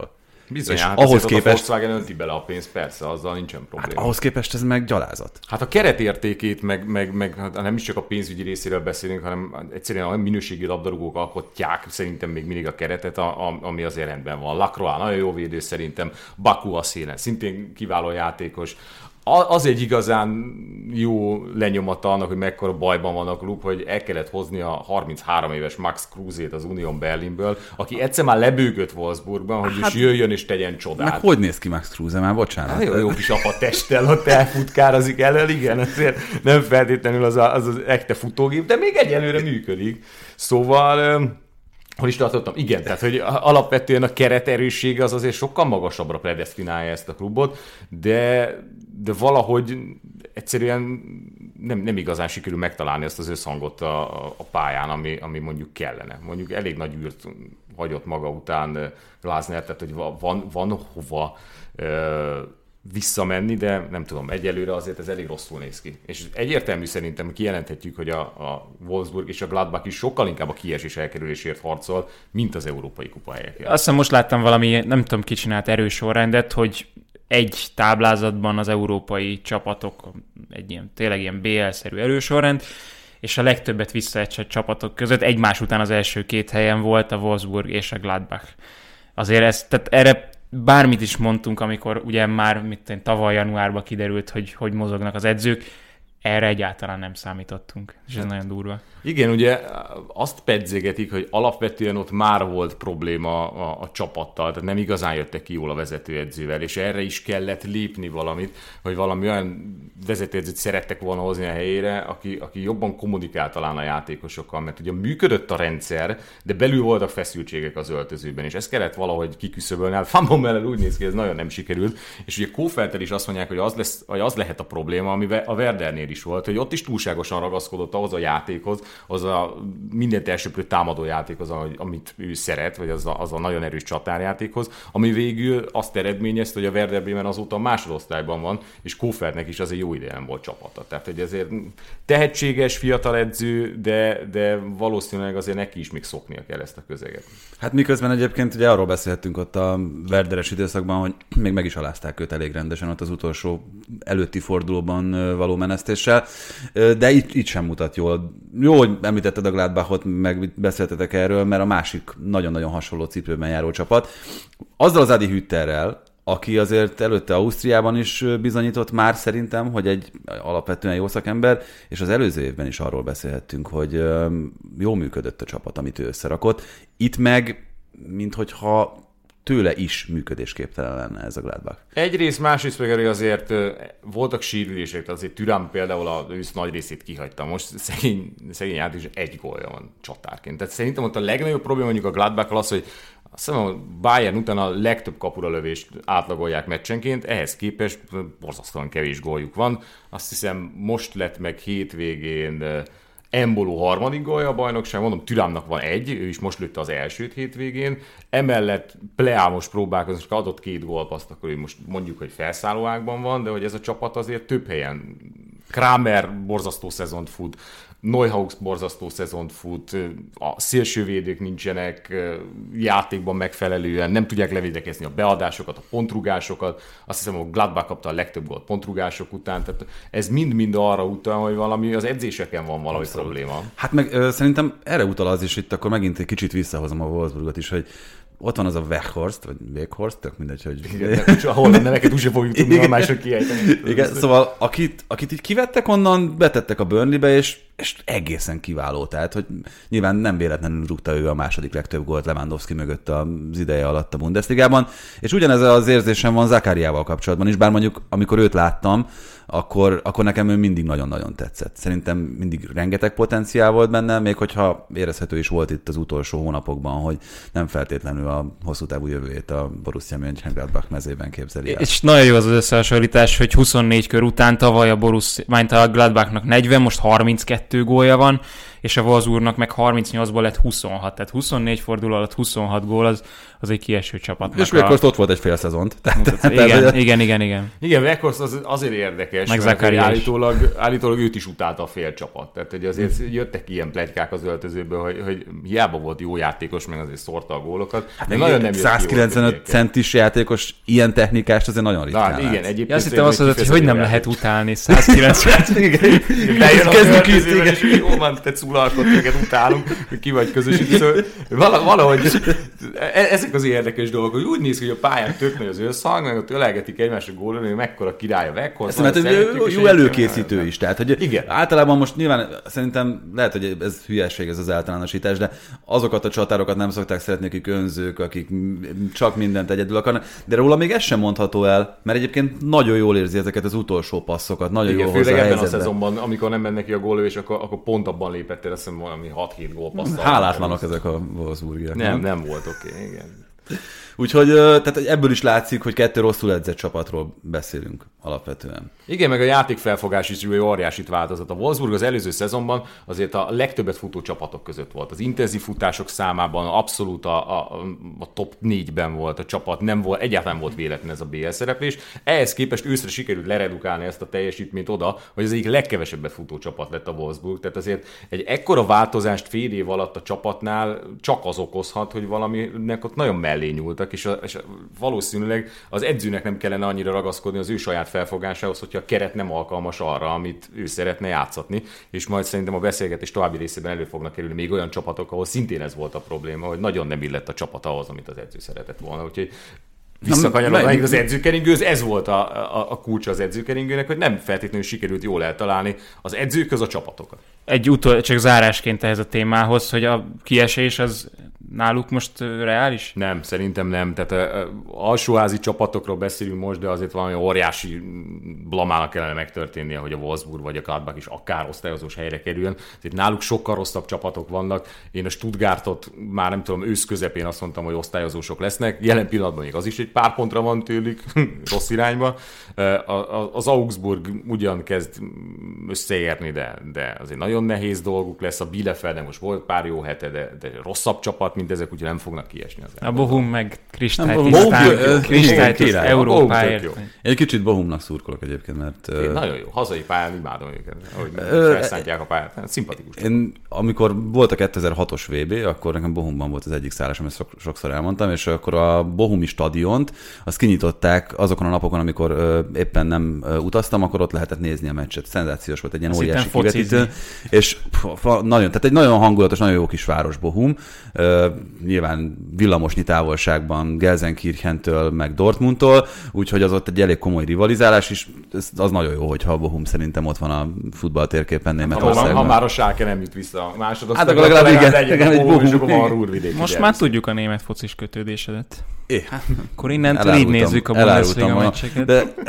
Bizony, és hát ahhoz képest... a képest... Volkswagen önti bele a pénzt, persze, azzal nincsen probléma. Ahhoz képest ez meg gyalázat. Hát a keretértékét, meg nem is csak a pénzügyi részéről beszélünk, hanem egyszerűen a minőségi labdarúgók alkotják szerintem még mindig a keretet, ami azért rendben van. Lacroix nagyon jó védő szerintem, Baku a szélen, szintén kiváló játékos. Az egy igazán jó lenyomata annak, hogy mekkora bajban van a klub, hogy el kellett hozni a 33 éves Max Kruse-t az Union Berlinből, aki egyszer már lebőgött Wolfsburgban, hogy is jöjjön és tegyen csodát. Meg hogy néz ki Max Kruse? Már bocsánat. Hát jó kis apatesttel ott elfutkározik elől, igen, azért nem feltétlenül az ekte futógép, de még egyelőre működik. Szóval... Hol is tartottam? Igen, tehát hogy alapvetően a keret erőssége az azért sokkal magasabbra predesztinálja ezt a klubot, de valahogy egyszerűen nem igazán sikerül megtalálni ezt az összhangot a pályán, ami mondjuk kellene. Mondjuk elég nagy űrt hagyott maga után Glasner, tehát hogy van hova visszamenni, de nem tudom, egyelőre azért ez elég rosszul néz ki. És egyértelmű szerintem kijelenthetjük, hogy a Wolfsburg és a Gladbach is sokkal inkább a kiesés elkerülésért harcol, mint az európai kupa helyekért. Azt hiszem most láttam valami, nem tudom ki csinált erősorrendet, hogy egy táblázatban az európai csapatok, tényleg ilyen BL-szerű erősorrend, és a legtöbbet visszaesett csapatok között egymás után az első két helyen volt a Wolfsburg és a Gladbach. Azért tehát erre bármit is mondtunk, amikor ugye már tavaly januárban kiderült, hogy mozognak az edzők, erre egyáltalán nem számítottunk, és ez nagyon durva. Igen, ugye azt pedzegetik, hogy alapvetően ott már volt probléma a csapattal, tehát nem igazán jöttek ki jól a vezetőedzővel, és erre is kellett lépni valamit, hogy valami olyan vezetőedzőt szerettek volna hozni a helyére, aki jobban kommunikál talán a játékosokkal, mert ugye működött a rendszer, de belül voltak feszültségek az öltözőben, és ezt kellett valahogy kiküszöbölni. Hát Van Bommellel úgy néz ki, ez nagyon nem sikerült, és ugye Koffeltel is azt mondják, hogy az lehet a probléma, ami a Werdernél is volt, hogy ott is túlságosan ragaszkodott ahhoz a játékhoz, az a mindent elsöprő támadó játékhoz, amit ő szeret, vagy az a nagyon erős csatárjátékhoz, ami végül azt eredményezte, hogy a Werder Bremen azóta a másodosztályban van, és Koffeltnek is azért jó ideje nem volt csapata. Tehát, hogy ezért tehetséges, fiatal edző, de valószínűleg azért neki is még szoknia kell ezt a közeget. Hát miközben egyébként ugye arról beszélhetünk ott a Werderes időszakban, hogy még meg is alázták őt elég rendesen ott az utolsó előtti fordulóban való menesztéssel, de itt sem mutat jól. Jó, hogy említetted a Gladbachot, meg beszéltetek erről, mert a másik nagyon-nagyon hasonló cipőben járó csapat. Azzal az Adi Hütterrel, aki azért előtte Ausztriában is bizonyított már szerintem, hogy egy alapvetően jó szakember, és az előző évben is arról beszélhettünk, hogy jól működött a csapat, amit ő összerakott. Itt meg, minthogyha tőle is működésképtelen lenne ez a Gladbach. Egyrészt, másrészt meg azért voltak sérülések, tehát azért Thuram például az ősz nagy részét kihagyta. Most szegény játékos egy gólja van csatárként. Tehát szerintem ott a legnagyobb probléma mondjuk a Gladbach az, hogy azt hiszem, a Bayern után a legtöbb kapura lövést átlagolják meccsenként, ehhez képest borzasztóan kevés góljuk van. Azt hiszem, most lett meg hétvégén Embolo harmadik gólja a bajnokság, mondom, Thuramnak van egy, ő is most lőtte az elsőt hétvégén, emellett Plea most próbálkozni, és adott 2 gólpaszt, akkor ő most mondjuk, hogy felszállóágban van, de hogy ez a csapat azért több helyen. Kramer borzasztó szezont fut, Neuhaus borzasztó szezont fut, a szélsővédők nincsenek játékban megfelelően, nem tudják levédekezni a beadásokat, a pontrugásokat, azt hiszem, hogy Gladbach kapta a legtöbb gólt pontrugások után, tehát ez mind-mind arra utal, hogy valami az edzéseken van valami probléma. Hát meg szerintem erre utal az is, itt akkor megint egy kicsit visszahozom a Wolfsburgot is, hogy ott van az a Weghorst, vagy Weghorst, tök mindegy, hogy... Igen, ahol a neveket úgyse fogjuk tudni, ha mások kiejteni. Igen, szóval akit így kivettek onnan, betettek a Burnleybe, és egészen kiváló. Tehát, hogy nyilván nem véletlenül rúgta ő a második legtöbb gólt Lewandowski mögött az ideje alatt a Bundesligában, és ugyanez az érzésem van Zakariával kapcsolatban is, bár mondjuk amikor őt láttam, akkor nekem ő mindig nagyon-nagyon tetszett. Szerintem mindig rengeteg potenciál volt benne, még hogyha érezhető is volt itt az utolsó hónapokban, hogy nem feltétlenül a hosszú távú jövőjét a Borussia Mönchengladbach mezében képzeli el. És nagyon jó az összehasonlítás, hogy 24 kör után tavaly a Gladbachnak 40, most 32 gólja van, és a Wolfsburgnak meg 38-ból lett 26, tehát 24 forduló alatt 26 gól, az egy kieső csapatnak. És Weghorst ott volt egy fél szezont. Igen. Igen, Weghorst azért érdekes, meg mert állítólag őt is utálta a fél csapat. Tehát hogy azért jöttek ilyen pletykák az öltözőből, hogy hiába volt jó játékos, meg azért szórta a gólokat. De nagyon nem 195 centis játékos, ilyen technikást azért nagyon ritkán. Igen, egyébként. Azt hittem azt mondod, hogy nem lehet utálni 190. Bejön az öltözőben, és jó van, te culalkot, téged utálunk, hogy ki vagy közösítő. Szóval valahogy ezek az érdekes dolgok, hogy úgy néz ki, hogy a pályán tök nagy az összhang, meg ott ölelgetik egymásra gólolni, hogy mekkora király a Weghorst. Mert jó előkészítő is. Tehát, hogy igen. Általában most nyilván szerintem lehet, hogy ez hülyeség, ez az általánosítás, de azokat a csatárokat nem szokták szeretni, akik önzők, akik csak mindent egyedül akarnak. De róla még ez sem mondható el, mert egyébként nagyon jól érzi ezeket az utolsó passzokat, nagyon jól hozza a helyzetbe. Ebben a szezonban, amikor nem ment neki a gólövés, akkor pont abban lépett el, azt hiszem valami 6-7 gólpasszal. Hálátlanok ezek a Wolfsburgiak. Nem volt oké, igen. Úgyhogy tehát ebből is látszik, hogy 2 rosszul edzett csapatról beszélünk alapvetően. Igen, meg a játékfelfogás is óriásit változott. A Wolfsburg az előző szezonban azért a legtöbbet futó csapatok között volt. Az intenzív futások számában abszolút a top 4-ben volt a csapat, egyáltalán volt véletlen ez a BL szereplés. Ehhez képest őszre sikerült leredukálni ezt a teljesítményt oda, hogy az egyik legkevesebbet futó csapat lett a Wolfsburg. Tehát azért egy ekkora változást fél év alatt a csapatnál csak az okozhat, hogy valaminek ott nagyon mellé nyúltak, és valószínűleg az edzőnek nem kellene annyira ragaszkodni az ő saját felfogásához, hogyha a keret nem alkalmas arra, amit ő szeretne játszatni, és majd szerintem a beszélgetés további részében elő fognak kerülni még olyan csapatok, ahol szintén ez volt a probléma, hogy nagyon nem illett a csapat ahhoz, amit az edző szeretett volna. Úgyhogy visszakanyarodva az edzőkeringőhöz, ez volt a kulcsa az edzőkeringőnek, hogy nem feltétlenül sikerült jól eltalálni az edzőkhöz a csapatokat. Csak zárásként ehhez a témához, hogy a kiesés az náluk most reális? Nem, szerintem nem. Tehát alsóházi csapatokról beszélünk most, de azért valami óriási blamának kellene megtörténnie, hogy a Wolfsburg vagy a Gladbach is akár osztályozós helyre kerüljön. Tehát náluk sokkal rosszabb csapatok vannak. Én a Stuttgartot már nem tudom, ősz közepén azt mondtam, hogy osztályozósok lesznek. Jelen pillanatban még az is egy pár pontra van tőlük, rossz irányba. Az Augsburg ugyan kezd összeérni, de azért nagyon nehéz dolguk lesz. A Bielefeld most volt pár jó hete, de rosszabb csapat, mint ezek, úgyhogy nem fognak kiesni az A Bochum meg kristályt Európáért. Egy kicsit Bochumnak szurkolok egyébként, mert... Nagyon jó. Hazai pályán imádom őket, ahogy felszállítják a pályát. Szimpatikus. Amikor volt a 2006-os VB, akkor nekem Bochumban volt az egyik szállás, amit sokszor elmondtam, és akkor a bochumi stadiont, azt kinyitották azokon a napokon, amikor éppen nem utaztam, akkor ott lehetett nézni a meccset. Szenzációs volt, egy ilyen óriási kivetítő. És tehát egy nagyon hangulatos, nagyon jó kis város Bochum. Nyilván villamosnyi távolságban Gelsenkirchentől, meg Dortmundtól, úgyhogy az ott egy elég komoly rivalizálás is. Az nagyon jó, hogyha a Bochum szerintem ott van a futballtérképen Németországban. Ha már a Schalke nem jut vissza a másodosztályba, hát akkor legalább igen, egy Bochum. Most már tudjuk a német focis kötődésedet. Akkor innentől így nézzük a Bundesliga meccseket.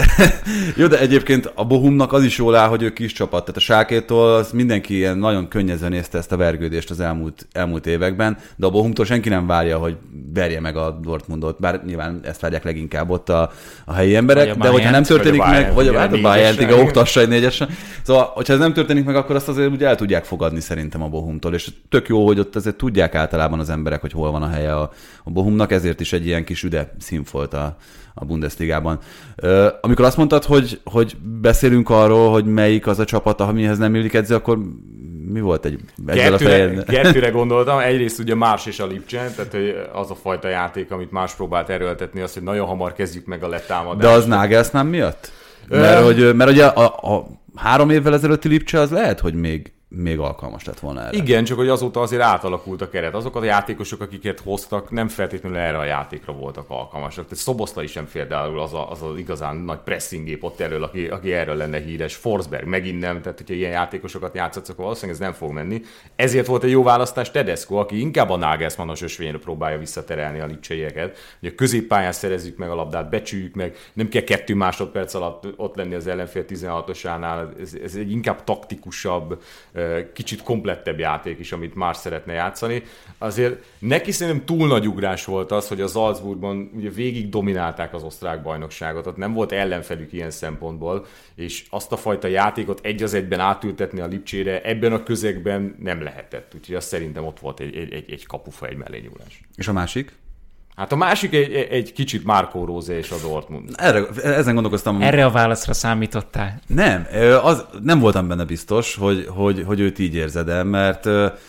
De egyébként a Bochumnak az is jól áll, hogy ő kis csapat. Tehát a Schalkétól az mindenki ilyen nagyon könnyezően nézte ezt a vergődést az elmúlt években, de a Bochumtól senki nem várja, hogy verje meg a Dortmundot, bár nyilván ezt várják leginkább ott a helyi emberek, de hogyha nem történik meg, vagy a Bayern, oktassa egy négyesen. Szóval, hogyha ez nem történik meg, akkor azt azért úgy el tudják fogadni szerintem a Bochumtól, és tök jó, hogy ott azért tudják általában az emberek, hogy hol van a helye a Bochumnak, ezért is egy ilyen kis üde színfolt a Bundesligában. Amikor azt mondtad, hogy beszélünk arról, hogy melyik az a csapat, amihez nem illik edző, akkor mi volt ezzel a fejed? Kettőre gondoltam. Egyrészt ugye Mars és a Lipcsen, tehát hogy az a fajta játék, amit Mars próbált erőltetni, az, hogy nagyon hamar kezdjük meg a letámadást. De az Nagelsmann miatt? Mert ugye a 3 évvel ezelőtti Lipcse az lehet, hogy még alkalmas lett volna erre. Igen, csak hogy azóta azért átalakult a keret. Azok a játékosok, akiket hoztak, nem feltétlenül erre a játékra voltak alkalmasak. Tehát Szoboszlai sem például az igazán nagy pressinggép ott elől, aki erről lenne híres. Forsberg megint nem, tehát hogyha ilyen játékosokat játszatsz, akkor valószínűleg ez nem fog menni. Ezért volt egy jó választás Tedesco, aki inkább a Nagelsmannos ösvényre próbálja visszaterelni a lipcseieket. Hogy a középpályán szerezzük meg a labdát, becsüljük meg, nem kell 2 másodperc alatt ott lenni az ellenfél 16-osánál. Ez egy inkább taktikusabb, kicsit komplettebb játék is, amit más szeretne játszani. Azért neki szerintem túl nagy ugrás volt az, hogy a Salzburgban ugye végig dominálták az osztrák bajnokságot, ott nem volt ellenfelük ilyen szempontból, és azt a fajta játékot egy az egyben átültetni a Lipcsére ebben a közegben nem lehetett. Úgyhogy azt szerintem ott volt egy kapufa, egy mellényúlás. És a másik? Hát a másik egy kicsit Marco Rose és a Dortmund. Ezen gondolkoztam. Erre a válaszra számítottál? Nem voltam benne biztos, hogy őt így érzed el, mert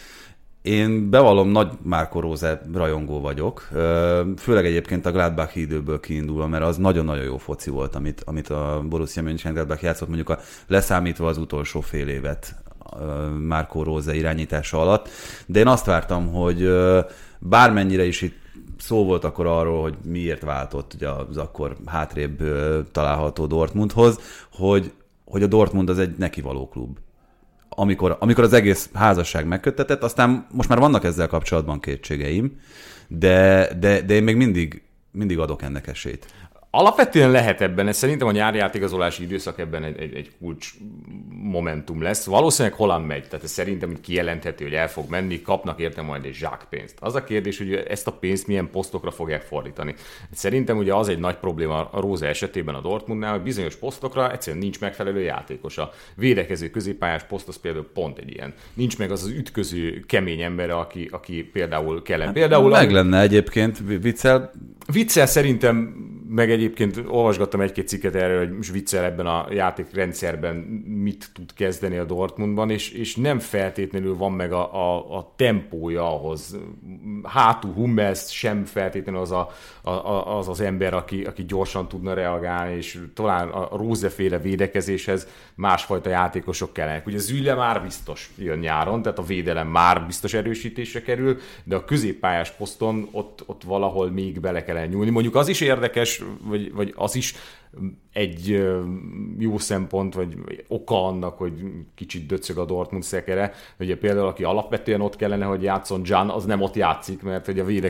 én bevallom, nagy Marco Rose rajongó vagyok, főleg egyébként a Gladbachi időből kiindulva, mert az nagyon-nagyon jó foci volt, amit a Borussia Mönchengladbach játszott, mondjuk leszámítva az utolsó fél évet Marco Rose irányítása alatt, de én azt vártam, hogy bármennyire is itt szó volt akkor arról, hogy miért váltott ugye az akkor hátrébb található Dortmundhoz, hogy a Dortmund az egy nekivaló klub. Amikor az egész házasság megköttetett, aztán most már vannak ezzel kapcsolatban kétségeim, de én még mindig adok ennek esélyt. Alapvetően lehet ebben, ez szerintem a nyári átigazolási időszak ebben egy kulcs momentum lesz. Valószínűleg Holland megy, tehát ez szerintem hogy kijelenthető, hogy el fog menni, kapnak érte majd egy zsákpénzt. Az a kérdés, hogy ezt a pénzt milyen posztokra fogják fordítani. Szerintem ugye az egy nagy probléma a Rose esetében a Dortmundnál, hogy bizonyos posztokra egyszerűen nincs megfelelő játékos. A védekező középpályás poszt az például pont egy ilyen. Nincs meg az ütköző kemény ember, aki például kellene. Például meg lenne egyébként Witsel szerintem, meg egyébként olvasgattam egy-két cikket erről, hogy Witsel ebben a játékrendszerben mit tud kezdeni a Dortmundban, és nem feltétlenül van meg a tempója ahhoz. Hátul Hummels sem feltétlenül az ember, aki gyorsan tudna reagálni, és talán a Rose-féle védekezéshez másfajta játékosok kellenek. Ugye Süle már biztos jön nyáron, tehát a védelem már biztos erősítésre kerül, de a középpályás poszton ott valahol még bele kellene nyúlni. Mondjuk az is érdekes, vagy az is egy jó szempont, vagy oka annak, hogy kicsit döcög a Dortmund szekere. Ugye például, aki alapvetően ott kellene, hogy játszon, Can, az nem ott játszik, mert hogy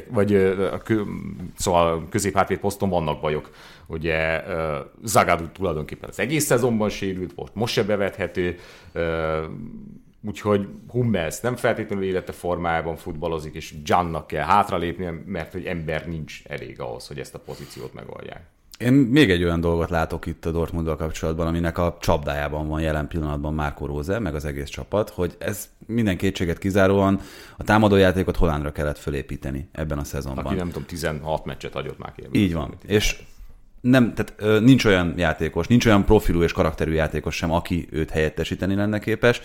szóval középhátvéd poszton vannak bajok. Ugye Zagadou tulajdonképpen az egész szezonban sérült, most se bevethető, úgyhogy Hummels nem feltétlenül élete formájában futballozik, és Cannak kell hátralépnie, mert hogy ember nincs elég ahhoz, hogy ezt a pozíciót megoldják. Én még egy olyan dolgot látok itt a Dortmunddal kapcsolatban, aminek a csapdájában van jelen pillanatban Marco Rose, meg az egész csapat, hogy ez minden kétséget kizáróan a támadójátékot Hollandra kellett fölépíteni ebben a szezonban. Aki nem tudom, 16 meccset hagyott már ki. Így van. És tehát nincs olyan játékos, nincs olyan profilú és karakterű játékos sem, aki őt helyettesíteni lenne képes.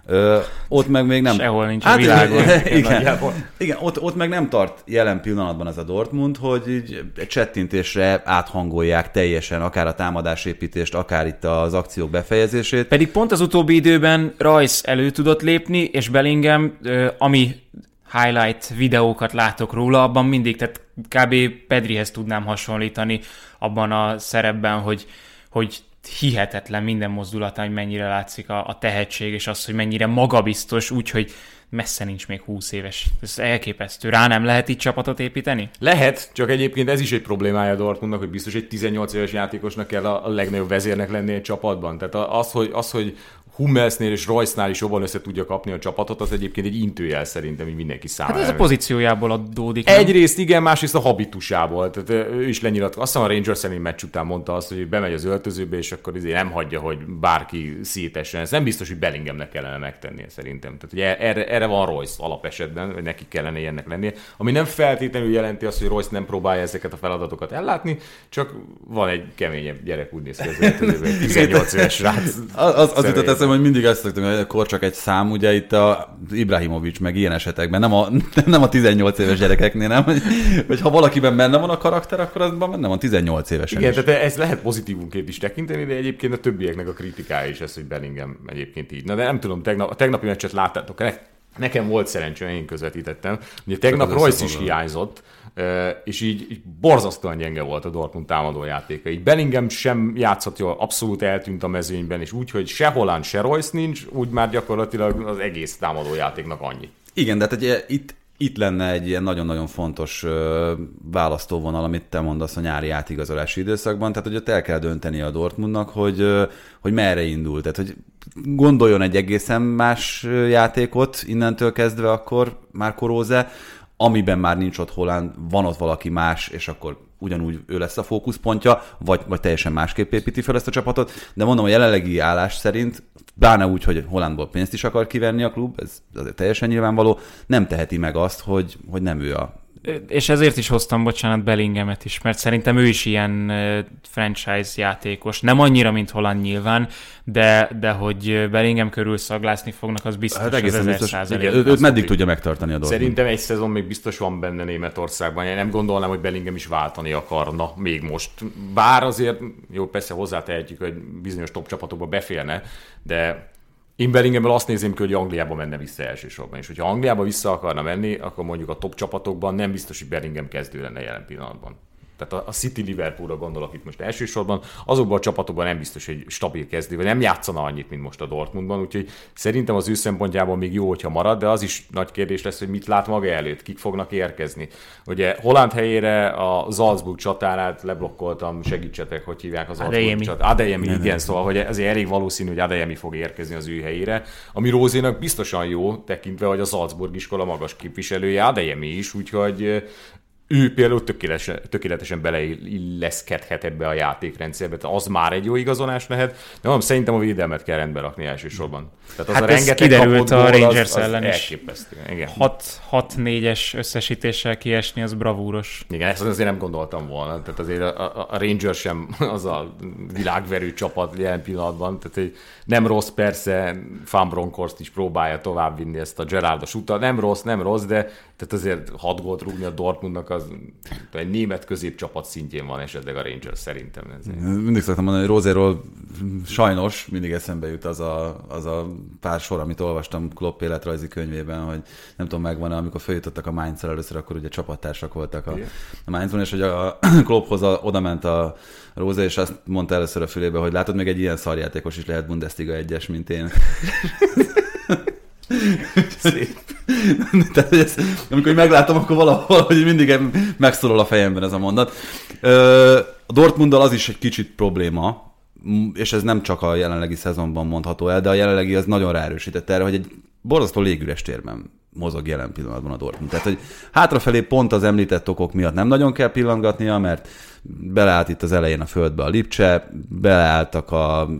Ott meg még nem... Sehol nincs a világon. Igen, ott meg nem tart jelen pillanatban ez a Dortmund, hogy így egy csettintésre áthangolják teljesen akár a támadásépítést, akár itt az akciók befejezését. Pedig pont az utóbbi időben Rice elő tudott lépni, és Bellingham, ami highlight videókat látok róla, abban mindig, tehát kb. Pedrihez tudnám hasonlítani abban a szerepben, hogy hihetetlen minden mozdulata, hogy mennyire látszik a tehetség, és az, hogy mennyire magabiztos, úgyhogy messze nincs még 20 éves. Ez elképesztő. Rá nem lehet így csapatot építeni? Lehet, csak egyébként ez is egy problémája a Dortmundnak, hogy biztos egy 18 éves játékosnak kell a legnagyobb vezérnek lenni egy csapatban. Tehát az, hogy Hummelsnél és Royce-nál is jobban össze tudja kapni a csapatot, az egyébként egy intőjel szerintem így mindenki számára. Hát ez a pozíciójából adódik. Egyrészt igen, másrészt a habitusából. Tehát ő is lenyilatkozott. Azt hiszem a Rangers elleni meccs után mondta azt, hogy bemegy az öltözőbe, és akkor nem hagyja, hogy bárki szétessen. Ez nem biztos, hogy Bellinghamnek kellene megtennie szerintem. Tehát ugye erre van Royce alapesetben, hogy neki kellene ilyennek lennie. Ami nem feltétlenül jelenti azt, hogy Royce nem próbálja ezeket a feladatokat ellátni, csak van egy keményebb gyerek, úgy néz ki az öltözőben, 18 éves srác. Az jutott eszembe, hogy mindig ezt szoktam, hogy akkor csak egy szám, ugye itt a Ibrahimovic, meg ilyen esetekben, nem a 18 éves gyerekeknél, nem? Hogy ha valakiben benne van a karakter, akkor azban benne van 18 évesen. Igen, tehát ez lehet pozitívunként is tekinteni, de egyébként a többieknek a kritikája is ez, hogy Bellingham egyébként így. Na de nem tudom, a tegnapi meccset láttátok, nekem volt szerencsém, én közvetítettem. Ugye tegnap Royce is hiányzott, és így borzasztóan gyenge volt a Dortmund támadójátéka. Így Bellingham sem játszott jól, abszolút eltűnt a mezőnyben, és úgy, hogy se Holland, se Royce nincs, úgy már gyakorlatilag az egész támadójátéknak annyi. Igen, de hát itt itt lenne egy ilyen nagyon-nagyon fontos választóvonal, amit te mondasz a nyári átigazolási időszakban, tehát hogy ott el kell dönteni a Dortmundnak, hogy merre indul. Tehát, hogy gondoljon egy egészen más játékot innentől kezdve akkor Marco Rose, amiben már nincs ott Haaland, van ott valaki más, és akkor ugyanúgy ő lesz a fókuszpontja, vagy teljesen másképp építi fel ezt a csapatot, de mondom, a jelenlegi állás szerint, pláne úgy, hogy Haalandból pénzt is akar kivenni a klub, ez azért teljesen nyilvánvaló, nem teheti meg azt, hogy nem ő a... És ezért is hoztam, bocsánat, Bellinghamet is, mert szerintem ő is ilyen franchise játékos. Nem annyira, mint Haaland nyilván, de hogy Bellingham körül szaglászni fognak, az biztos, hát egészen az 1000%. Őt meddig tudja megtartani a Dortmund? Szerintem egy szezon még biztos van benne Németországban. Én nem gondolnám, hogy Bellingham is váltani akarna még most. Bár azért, jó, persze hozzátehetjük, hogy bizonyos top csapatokba beférne, de én Bellinghamről azt nézném ki, hogy Angliába menne vissza elsősorban. És hogyha Angliába vissza akarna menni, akkor mondjuk a top csapatokban nem biztos, hogy Bellingham kezdő lenne jelen pillanatban. Tehát a City Liverpoolra gondolok itt most elsősorban, azokban a csapatokban nem biztos, hogy stabil kezdő, vagy nem játszana annyit, mint most a Dortmundban, úgyhogy szerintem az ő szempontjából még jó, hogyha marad, de az is nagy kérdés lesz, hogy mit lát maga előtt, kik fognak érkezni. Ugye Haaland helyére a Salzburg csatárát leblokkoltam, segítsetek, hogy hívják az Salzburg csatárát. Adeyemi, igen, szóval hogy azért elég valószínű, hogy Adeyemi fog érkezni az ő helyére, ami Rózénak biztosan jó, tekintve, hogy a Salzburg iskola magas képviselője, Adeyemi is, úgyhogy ő például tökéletesen beleilleszkedhet ebbe a játékrendszerbe, tehát az már egy jó igazolás lehet, de mondom, szerintem a védelmet kell rendbe rakni elsősorban. Tehát az hát a ez rengeteg kiderült a Rangers az ellen is. Elképesztő. 6-4-es összesítéssel kiesni, az bravúros. Igen, ezt azért nem gondoltam volna. Tehát azért a Rangers sem az a világverő csapat jelen pillanatban. Tehát hogy nem rossz, persze, Van Bronckhorst is próbálja továbbvinni ezt a Gerardos utat. Nem rossz, de tehát azért 6 gólt rúgni a Dortmundnak az egy német középcsapat szintjén van esetleg a Rangers szerintem. Mindig szoktam mondani, hogy Rózéról sajnos mindig eszembe jut az a pár sor, amit olvastam Klopp életrajzi könyvében, hogy nem tudom, megvan-e, amikor feljutottak a Mainz-szel először, akkor ugye csapattársak voltak a Mainzban, és hogy a Klopphoz oda ment a Rózé, és azt mondta először a fülébe, hogy látod, még egy ilyen szarjátékos is lehet Bundesliga 1-es, mint én. Tehát, amikor meglátom, akkor valahogy mindig megszólal a fejemben ez a mondat. A Dortmunddal az is egy kicsit probléma, és ez nem csak a jelenlegi szezonban mondható el, de a jelenlegi az nagyon ráerősített erre, hogy egy borzasztó légüres térben mozog jelen pillanatban a Dortmund. Tehát, hogy hátrafelé pont az említett okok miatt nem nagyon kell pillantgatnia, mert beleállt itt az elején a földbe a Lipcse, beleálltak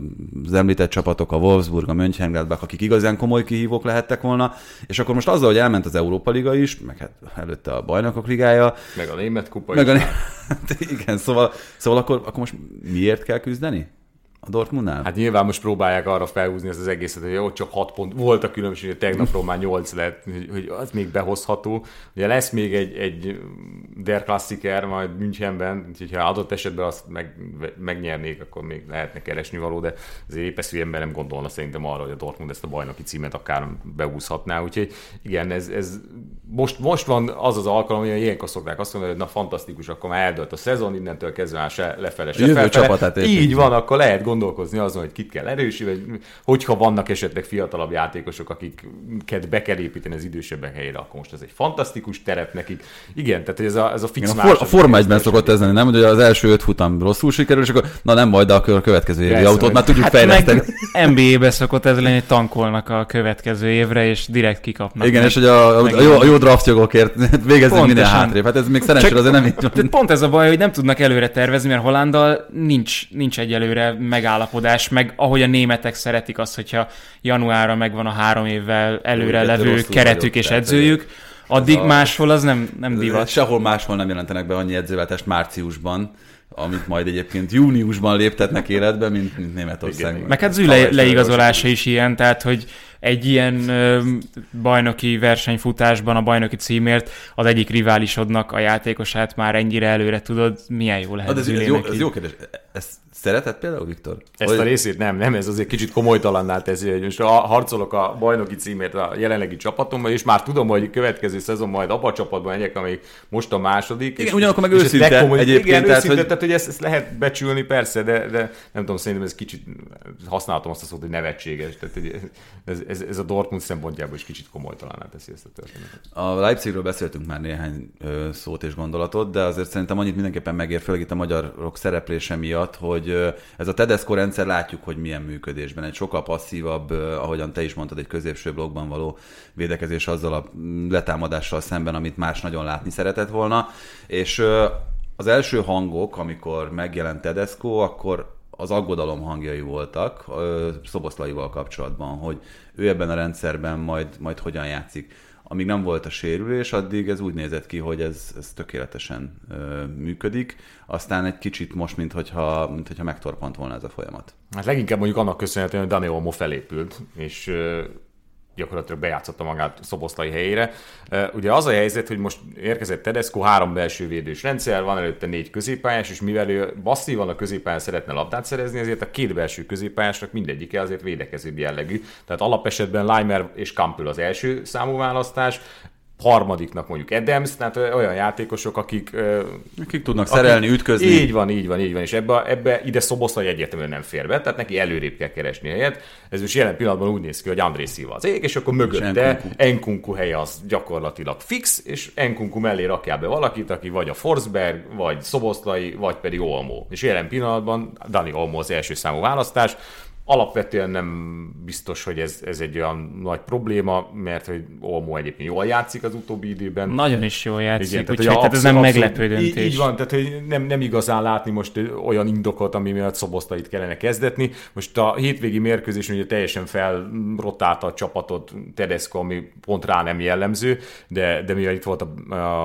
az említett csapatok, a Wolfsburg, a Mönchengladbach, akik igazán komoly kihívók lehettek volna, és akkor most azzal, hogy elment az Európa Liga is, meg hát előtte a Bajnokok Ligája, meg a Német Kupa is. Igen, szóval akkor most miért kell küzdeni a Dortmundnál? Hát nyilván most próbálják arra felhúzni ezt az egészet, hogy ott csak 6 pont volt a különbség, hogy tegnapról már 8 lett, hogy az még behozható. Ugye lesz még egy Der Klassiker majd Münchenben, úgyhogy ha adott esetben azt megnyernék, akkor még lehetne keresni való, de azért épeszű ember nem gondolna szerintem arra, hogy a Dortmund ezt a bajnoki címet akár behúzhatná. Úgyhogy igen, ez most van az az alkalom, hogy ilyenkor szokták azt mondani, hogy na fantasztikus, akkor már eldölt a szezon, innentől kezdve már se lefele, se felfele. Így van, akkor lehet gondolkozni azon, hogy kit kell erősíteni, vagy hogyha vannak esetleg fiatalabb játékosok, akiket be kell építeni az idősebbek helyére, akkor most ez egy fantasztikus terep nekik. Igen, tehát ez a fix második. A Forma 1-ben szokott ez lenni, nem? Hogy az első 5 futam rosszul sikerül, és akkor na nem majd, de a következő évi autót már tudjuk fejleszteni. NBA-be szokott ez lenni, hogy tankolnak a következő évre, és direkt kikapnak. Igen, és hogy a jó draftjogokért végezzünk minél hátrébb. Hát ez még szerencsére azért nem így van. Pont ez a baj, hogy nem tudnak előre tervezni, mert Haalanddal nincs egyelőre megállapodás, meg ahogy a németek szeretik azt, hogyha januárra megvan a 3 évvel előre levő keretük és edzőjük, addig máshol az nem divat. Sehol máshol nem jelentenek be annyi edzőváltást márciusban, amit majd egyébként júniusban léptetnek életbe, mint Németországban. Meg hát Züle leigazolása is ilyen, tehát hogy egy ilyen bajnoki versenyfutásban a bajnoki címért az egyik riválisodnak a játékosát már ennyire előre tudod, milyen jó lehet Zülének. Ez jó kérdés. Ezt szereted például, Viktor? Ezt a részét nem, ez azért kicsit komolytalanná teszi, hogy most harcolok a bajnoki címért a jelenlegi csapatomban, és már tudom, hogy következő szezon majd abban a csapatban legyek, amelyik most a második. Igen, ugyanakkor meg őszinte egyébként. Igen, tehát hogy ezt lehet becsülni, persze, de nem tudom, szerintem ez kicsit használhatom azt a szót, hogy nevetséges. Tehát ez a Dortmund szempontjából is kicsit komolytalanná teszi ezt a történetet. A Leipzigről beszéltünk már néhány szót és gondolatot, de azért szerintem annyit mindenképpen megér, főleg itt a magyarok szereplése miatt, hogy ez a Tedesco rendszer látjuk, hogy milyen működésben. Egy sokkal passzívabb, ahogyan te is mondtad, egy középső blokkban való védekezés azzal a letámadással szemben, amit más nagyon látni szeretett volna. És az első hangok, amikor megjelent Tedesco, akkor az aggodalom hangjai voltak Szoboszlaival kapcsolatban, hogy ő ebben a rendszerben majd hogyan játszik. Amíg nem volt a sérülés, addig ez úgy nézett ki, hogy ez tökéletesen működik. Aztán egy kicsit most, minthogyha megtorpant volna ez a folyamat. Hát leginkább mondjuk annak köszönhetően, hogy Dani Olmo felépült, és gyakorlatilag bejátszotta magát Szoboszlai helyére. Ugye az a helyzet, hogy most érkezett Tedesco, 3 belső védős rendszer, van előtte 4 középpályás, és mivel ő passzívan a középpályán szeretne labdát szerezni, ezért a 2 belső középpályásnak mindegyike azért védekezőbb jellegű. Tehát alapesetben Leimer és Kampel az első számú választás, harmadiknak mondjuk Adams, tehát olyan játékosok, akik tudnak szerelni, ütközni. Így van, és ebbe ide Szoboszlai egyértelműen nem fér be, tehát neki előrébb kell keresni helyet. Ez most jelen pillanatban úgy néz ki, hogy André Silva az ég, és akkor mögötte Nkunku helye az gyakorlatilag fix, és Nkunku mellé rakjál be valakit, aki vagy a Forsberg, vagy Szoboszlai, vagy pedig Olmo. És jelen pillanatban Dani Olmo az első számú választás. Alapvetően nem biztos, hogy ez egy olyan nagy probléma, mert hogy Olmo egyébként jól játszik az utóbbi időben. Nagyon is jól játszik, igen, tehát ez nem meglepő döntés. Így van, tehát hogy nem igazán látni most olyan indokot, ami miatt Szoboszlait kellene kezdetni. Most a hétvégi mérkőzésen ugye teljesen felrotálta a csapatot Tedesco, ami pont rá nem jellemző, de mivel itt volt a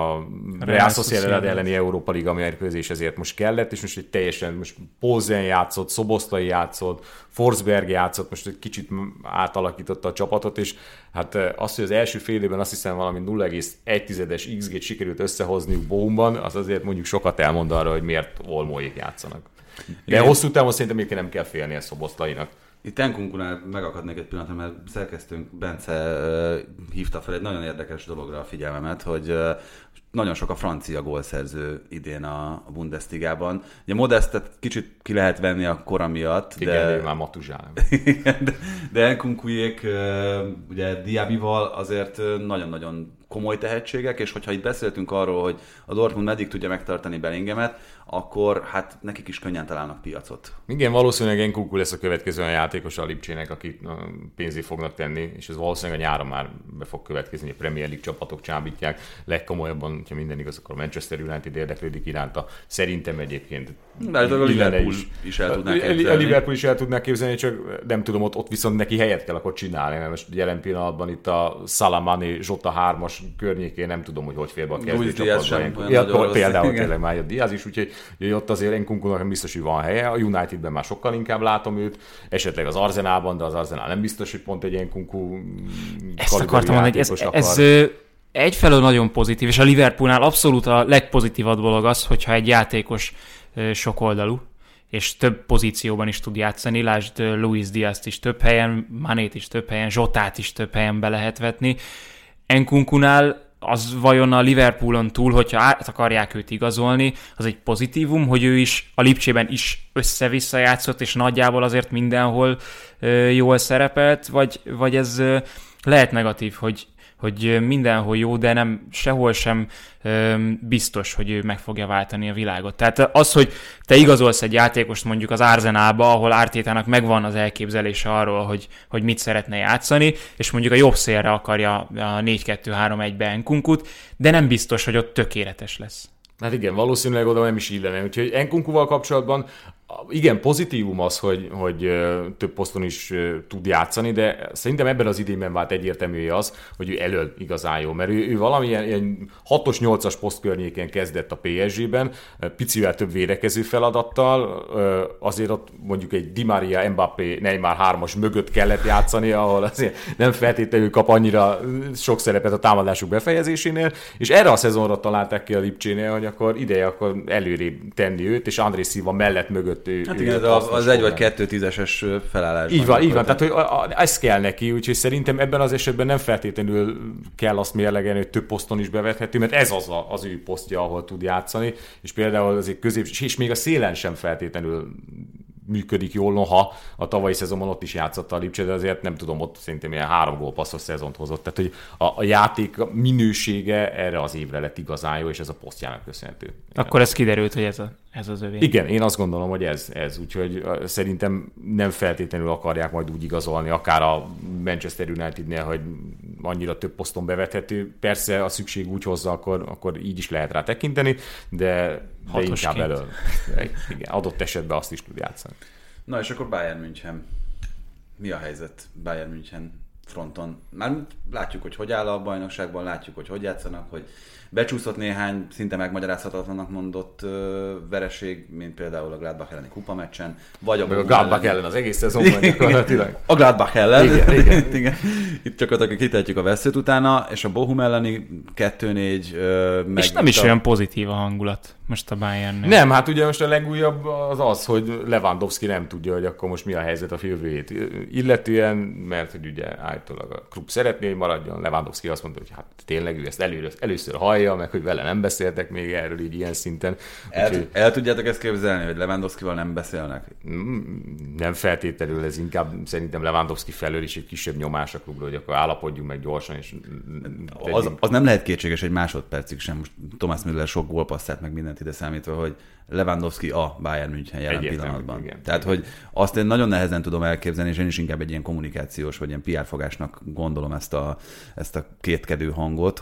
Real Sociedad elleni Európa Liga mérkőzés, ezért most kellett, és most egy teljesen Poulsen játszott, Szoboszlai játszott, Forsberg játszott, most egy kicsit átalakította a csapatot, és hát az, hogy az első fél évben azt hiszem valami 0,1-es XG-t sikerült összehozniuk Bohumban, az azért mondjuk sokat elmond arra, hogy miért Olmóék játszanak. De hosszú távon szerintem még nem kell félni a Szoboszlainak. Itt Nkunkunál megakadnék egy pillanatra, mert szerkesztőnk Bence hívta fel egy nagyon érdekes dologra a figyelmemet, hogy nagyon sok a francia gólszerző idén a Bundesligában. Ugye Modestet kicsit ki lehet venni a kora miatt. Igen, már Matuzsál. de Nkunkuék ugye Diabyval azért nagyon-nagyon komoly tehetségek, és hogyha itt beszéltünk arról, hogy a Dortmund meddig tudja megtartani Bellinghamet, akkor hát nekik is könnyen találnak piacot. Igen, valószínűleg Nkunku lesz a következő olyan játékos a Lipcsének, akik pénzét fognak tenni, és ez valószínűleg a nyáron már be fog következni, a Premier League csapatok csábítják. Legkomolyabban, hogyha minden igaz, akkor a Manchester United érdeklődik iránta. Szerintem egyébként a Liverpool is el tudná képzelni. A Liverpool is el tudná képzelni, csak nem tudom, ott viszont neki helyet kell akkor csinálni, mert most jelen pillanatban itt a Salamani, Zsota 3-as környékén nem tudom, hogy fér be a kezdőcsapatban. Például tényleg már a Diaz is, úgyhogy ott azért Nkunkunak nem biztos, hogy van helye. A Unitedben már sokkal inkább látom őt, esetleg az Arsenalban, de az Arsenal nem biztos, hogy pont egy Nkunku. Ezt akartam mondani, hogy ez egyfelől nagyon pozitív, és a Liverpoolnál abszolút a legpozitívabb dolog az, hogyha egy játékos sokoldalú, és több pozícióban is tud játszani. Lásd Luis Diazt is több helyen, Manét is több helyen, Zsotát is több helyen be lehet vetni. Nkunkunál az vajon a Liverpoolon túl, hogyha át akarják őt igazolni, az egy pozitívum, hogy ő is a Lipcsében is össze-vissza játszott, és nagyjából azért mindenhol jól szerepelt, vagy ez lehet negatív, hogy mindenhol jó, de nem sehol sem biztos, hogy ő meg fogja váltani a világot. Tehát az, hogy te igazolsz egy játékost mondjuk az Arsenalba, ahol Artétának megvan az elképzelése arról, hogy mit szeretne játszani, és mondjuk a jobb szélre akarja a 4-2-3-1-be Nkunkut, de nem biztos, hogy ott tökéletes lesz. Hát igen, valószínűleg oda nem is illene. Úgyhogy Nkunkuval kapcsolatban igen, pozitívum az, hogy több poszton is tud játszani, de szerintem ebben az idényben vált egyértelműen az, hogy ő elől igazán jó, mert ő valamilyen ilyen 6-os, 8-as poszt környéken kezdett a PSG-ben, picivel több védekező feladattal, azért ott mondjuk egy Di Maria, Mbappé, Neymar 3-as mögött kellett játszani, ahol azért nem feltétlenül kap annyira sok szerepet a támadásuk befejezésénél, és erre a szezonra találták ki a Lipcsénél, hogy akkor ideje akkor előrébb tenni őt, és André Silva mellett mögött hát igen, az 1 vagy 2 tízeses felállásban. Így van, tehát hogy ez kell neki, úgyhogy szerintem ebben az esetben nem feltétlenül kell azt mérlegelni, hogy több poszton is bevethető, mert ez az ő posztja, ahol tud játszani, és például azért és még a szélen sem feltétlenül működik jól, noha a tavalyi szezonban ott is játszotta a Lipcse, de azért nem tudom, ott szerintem ilyen 3 gólpasszos szezont hozott. Tehát, hogy a játék minősége erre az évre lett igazán jó, és ez a posztjának köszönhető. Akkor ez kiderült, hogy ez az övé. Igen, én azt gondolom, hogy ez. Úgyhogy szerintem nem feltétlenül akarják majd úgy igazolni, akár a Manchester Unitednél, hogy annyira több poszton bevethető. Persze a szükség úgy hozza, akkor így is lehet rá tekinteni, de inkább elől. Igen, adott esetben azt is tud játszani. Na és akkor Bayern München. Mi a helyzet Bayern München fronton? Már látjuk, hogy áll a bajnokságban, látjuk, hogy játszanak, hogy becsúszott néhány szinte megmagyarázhatatlanak mondott vereség, mint például a Gladbach elleni kupameccsen, vagy a Gladbach ellen az egész szezonban gyakorlatilag. A Gladbach ellen. Igen. Itt csak kitetjük a veszőt utána, és a Bochum elleni 2-4 és nem is olyan pozitív a hangulat most a Bayernnél. Nem, hát ugye most a legújabb az, hogy Lewandowski nem tudja, hogy akkor most mi a helyzet a jövőjét illetően, mert hogy ugye állítólag a klub szeretné, hogy maradjon. Lewandowski azt mondta, hogy hát tényleg ő ezt először hallja, meg hogy vele nem beszéltek még erről így ilyen szinten. El tudjátok ezt képzelni, hogy Lewandowskival nem beszélnek? Nem feltétlenül, ez inkább szerintem Lewandowski felől is egy kisebb nyomás a klubra, hogy akkor állapodjunk meg gyorsan. És az nem lehet kétséges egy másodpercig sem. Most Thomas Müller sok gólpasszát, meg mindent ide számítva, hogy Lewandowski a Bayern München jelen pillanatban. Igen. Tehát, hogy azt én nagyon nehezen tudom elképzelni, és én is inkább egy ilyen kommunikációs, vagy ilyen PR fogásnak gondolom ezt a kétkedő hangot,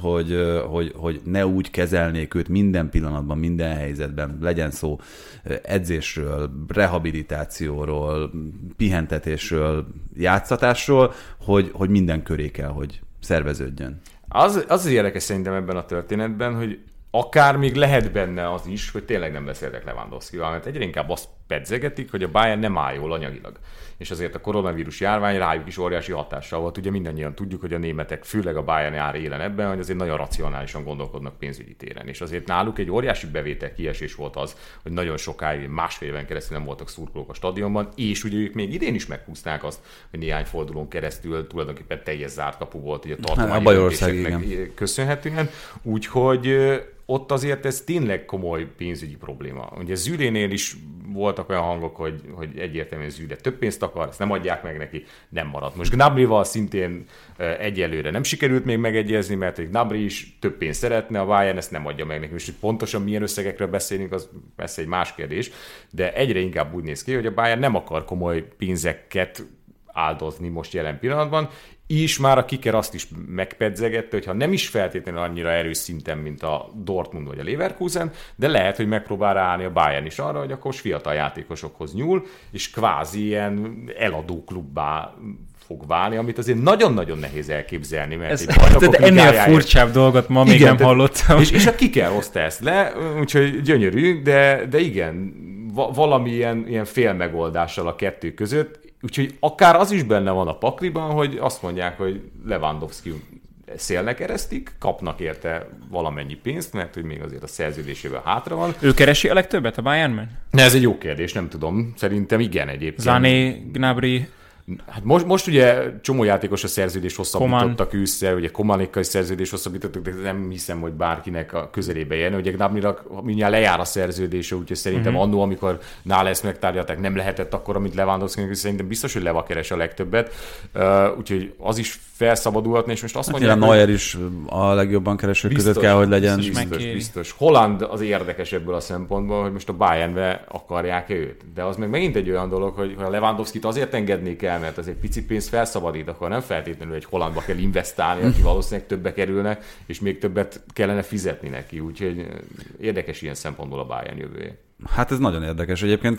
hogy ne úgy kezelnék őt minden pillanatban, minden helyzetben, legyen szó edzésről, rehabilitációról, pihentetésről, játszatásról, hogy minden köré kell, hogy szerveződjön. Az érdekes szerintem ebben a történetben, hogy akár még lehet benne az is, hogy tényleg nem beszéltek Lewandowskival, mert egyre inkább azt pedzegetik, hogy a Bayern nem áll jól anyagilag. És azért a koronavírus járvány rájuk is óriási hatással volt. Ugye mindannyian tudjuk, hogy a németek, főleg a Bayern jár élen ebben, hogy azért nagyon racionálisan gondolkodnak pénzügyi téren. És azért náluk egy óriási bevétel kiesés volt az, hogy nagyon sokáig, másfél éven keresztül nem voltak szurkolók a stadionban, és ugye ők még idén is meghúzták azt, hogy néhány fordulón keresztül tulajdonképpen teljes zárt kapu volt, ugye a tartományi köszönhetően. Úgyhogy ott azért ez tényleg komoly pénzügyi probléma. Ugye Zülénél is voltak olyan hangok, hogy egyértelműen Züle több pénzt akar, ezt nem adják meg neki, nem maradt. Most Gnabryval szintén egyelőre nem sikerült még megegyezni, mert egy Gnabry is több pénzt szeretne, a Bayern ezt nem adja meg neki. Most pontosan milyen összegekről beszélünk, az persze egy más kérdés, de egyre inkább úgy néz ki, hogy a Bayern nem akar komoly pénzeket áldozni most jelen pillanatban, és már a Kicker azt is megpedzegette, hogyha nem is feltétlenül annyira erős szinten, mint a Dortmund vagy a Leverkusen, de lehet, hogy megpróbál ráállni a Bayern is arra, hogy akkor most fiatal játékosokhoz nyúl, és kvázi ilyen eladó klubbá fog válni, amit azért nagyon-nagyon nehéz elképzelni, mert ennél furcsább dolgot ma még nem hallottam. És a Kicker hozta ezt le, úgyhogy gyönyörű, de igen, valami ilyen fél megoldással a kettő között, úgyhogy akár az is benne van a pakliban, hogy azt mondják, hogy Lewandowski szélnek eresztik, kapnak érte valamennyi pénzt, mert hogy még azért a szerződésében hátra van. Ő keresi a legtöbbet a Bayernben? Ez egy jó kérdés, nem tudom. Szerintem igen egyébként. Sané, Gnabry. Hát most ugye csomó játékos a szerződést hosszabbítottak ősszel, ugye Komanékkal is szerződést hosszabbítottak, de nem hiszem, hogy bárkinek a közelébe jönne. Ugye Gnabrynak mindjárt lejár a szerződése, úgyhogy szerintem annó, amikor nála ezt megtárgyalták, nem lehetett akkor, amit Lewandowski, szerintem biztos, hogy Leva keres a legtöbbet. Úgyhogy az is felszabadulhatna, és most azt mondják, hogy Neuer is a legjobban keresők között kell, hogy legyen. Biztos. Holland az érdekes ebből a szempontból, hogy most a Bayernbe akarják őt. De az meg megint egy olyan dolog, hogy a Lewandowskit azért engednék el, mert az egy pici pénzt felszabadít, akkor nem feltétlenül egy hollandba kell investálni, aki valószínűleg többe kerülne, és még többet kellene fizetni neki. Úgyhogy érdekes ilyen szempontból a Bayern jövője. Hát ez nagyon érdekes. Egyébként,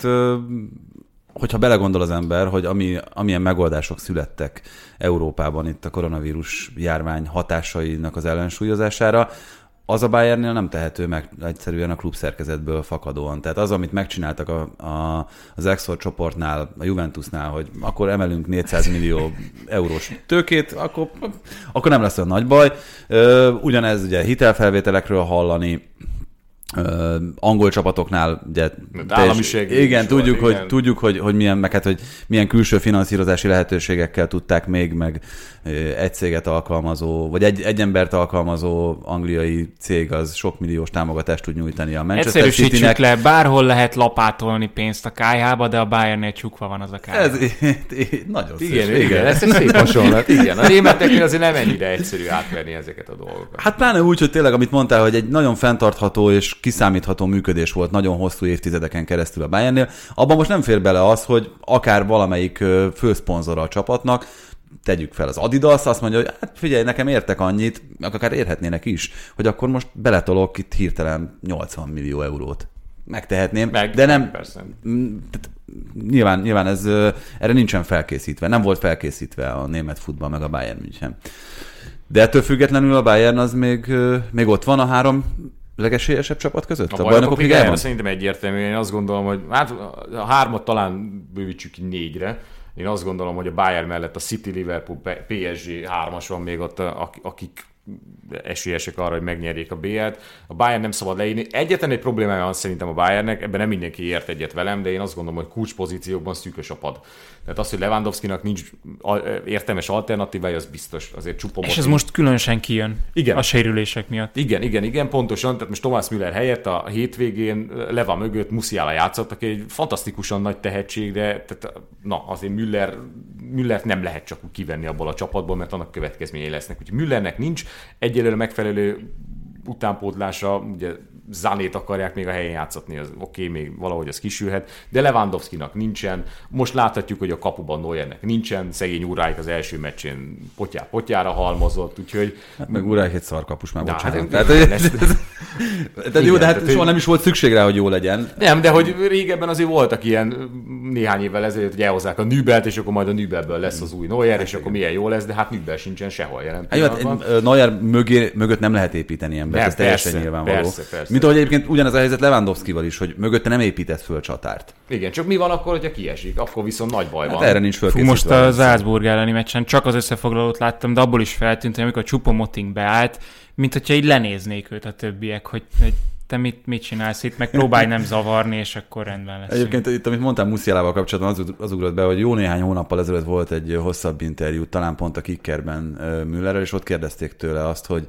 hogyha belegondol az ember, hogy amilyen megoldások születtek Európában itt a koronavírus járvány hatásainak az ellensúlyozására, az a Bayernnél nem tehető meg egyszerűen a klub szerkezetből fakadóan. Tehát az, amit megcsináltak az Exor csoportnál, a Juventusnál, hogy akkor emelünk 400 millió eurós tőkét, akkor nem lesz olyan nagy baj. Ugyanez ugye hitelfelvételekről hallani, angol csapatoknál ugye igen, tudjuk, hogy milyen, meg hát, hogy milyen külső finanszírozási lehetőségekkel tudták még, meg egy céget alkalmazó, vagy egy embert alkalmazó angliai cég az sok milliós támogatást tud nyújtani a Manchester Citynek. Egyszerűsítsük le, bárhol lehet lapátolni pénzt a KH-ba, de a Bayernnél csukva van az a KH. Ez nagyon szép. Igen, ez egy szép hasonlat. Igen, a németeknél azért nem ennyire egyszerű átverni ezeket a dolgokat. Hát pláne úgy, hogy tényleg, amit mondtál, hogy egy nagyon fenntartható és kiszámítható működés volt nagyon hosszú évtizedeken keresztül a Bayernnél. Abban most nem fér bele az, hogy akár valamelyik főszponzora a csapatnak, tegyük fel az Adidas, azt mondja, hogy hát figyelj, nekem értek annyit, akár érhetnének is, hogy akkor most beletolok itt hirtelen 80 millió eurót. Megtehetném, de nem... Persze. Nyilván ez erre nincsen felkészítve. Nem volt felkészítve a német futball meg a Bayern München. De ettől függetlenül a Bayern az még ott van a 3 legesélyesebb csapat között? A Bajnokok Ligájában szerintem egyértelmű. Én azt gondolom, hogy hát a 3-at talán bővítsük ki 4-re. Én azt gondolom, hogy a Bayern mellett a City, Liverpool, PSG 3-as van még ott, akik esélyesek arra, hogy megnyerjék a BL-t. A Bayern nem szabad leírni. Egyetlen egy problémája van szerintem a Bayernnek, ebben nem mindenki ért egyet velem, de én azt gondolom, hogy kulcspozíciókban szűkös a pad. Tehát az, hogy Lewandowskinak nincs értelmes alternatívája, az biztos. Azért Choupo-Moting. És ez most különösen kijön igen. A sérülések miatt. Igen, pontosan. Tehát most Thomas Müller helyett a hétvégén Leva mögött Musiala játszott, aki egy fantasztikusan nagy tehetség, de tehát, azért Müllert nem lehet csak úgy kivenni abból a csapatból, mert annak következményei lesznek. Úgyhogy Müllernek nincs egyelőre megfelelő utánpótlása, ugye Zanét akarják még a helyén játszatni, az oké, még valahogy az kisülhet, de Lewandowskinak nincsen. Most láthatjuk, hogy a kapuban Neuernek nincsen, szegény Uráik az első meccsén potyára halmozott, úgyhogy... Hát meg Uráik egy szarkapus már, bocsánat. De hát soha nem is volt szükség rá, hogy jó legyen. Nem, de hogy régebben azért voltak ilyen néhány évvel ezelőtt, hogy elhozzák a Nübelt, és akkor majd a Nübelből lesz az új Neuer, és akkor milyen jó lesz, de hát Nübel sincsen sehol jelen pillanatban. Neuer mögött nem lehet építeni embert, ez teljesen nyilvánvaló. Persze. Mint ahogy egyébként ugyanez a helyzet Lewandowskival is, hogy mögötte nem épített föl csatárt. Igen, csak mi van akkor, hogyha kiesik? Akkor viszont nagy baj van. Hát erre nincs fölkészítve. Most a Salzburg elleni meccsen csak az összefoglalót láttam, de abból is feltűnt, hogy amikor Choupo-Moting beállt, mint hogyha így lenéznék őt a többiek, hogy te mit csinálsz itt, meg próbálj nem zavarni, és akkor rendben lesz. Egyébként itt, amit mondtam Musialával kapcsolatban, az ugrott be, hogy jó néhány hónappal ezelőtt volt egy hosszabb interjú, talán pont a Kickerben Müllerrel, és ott kérdezték tőle azt, hogy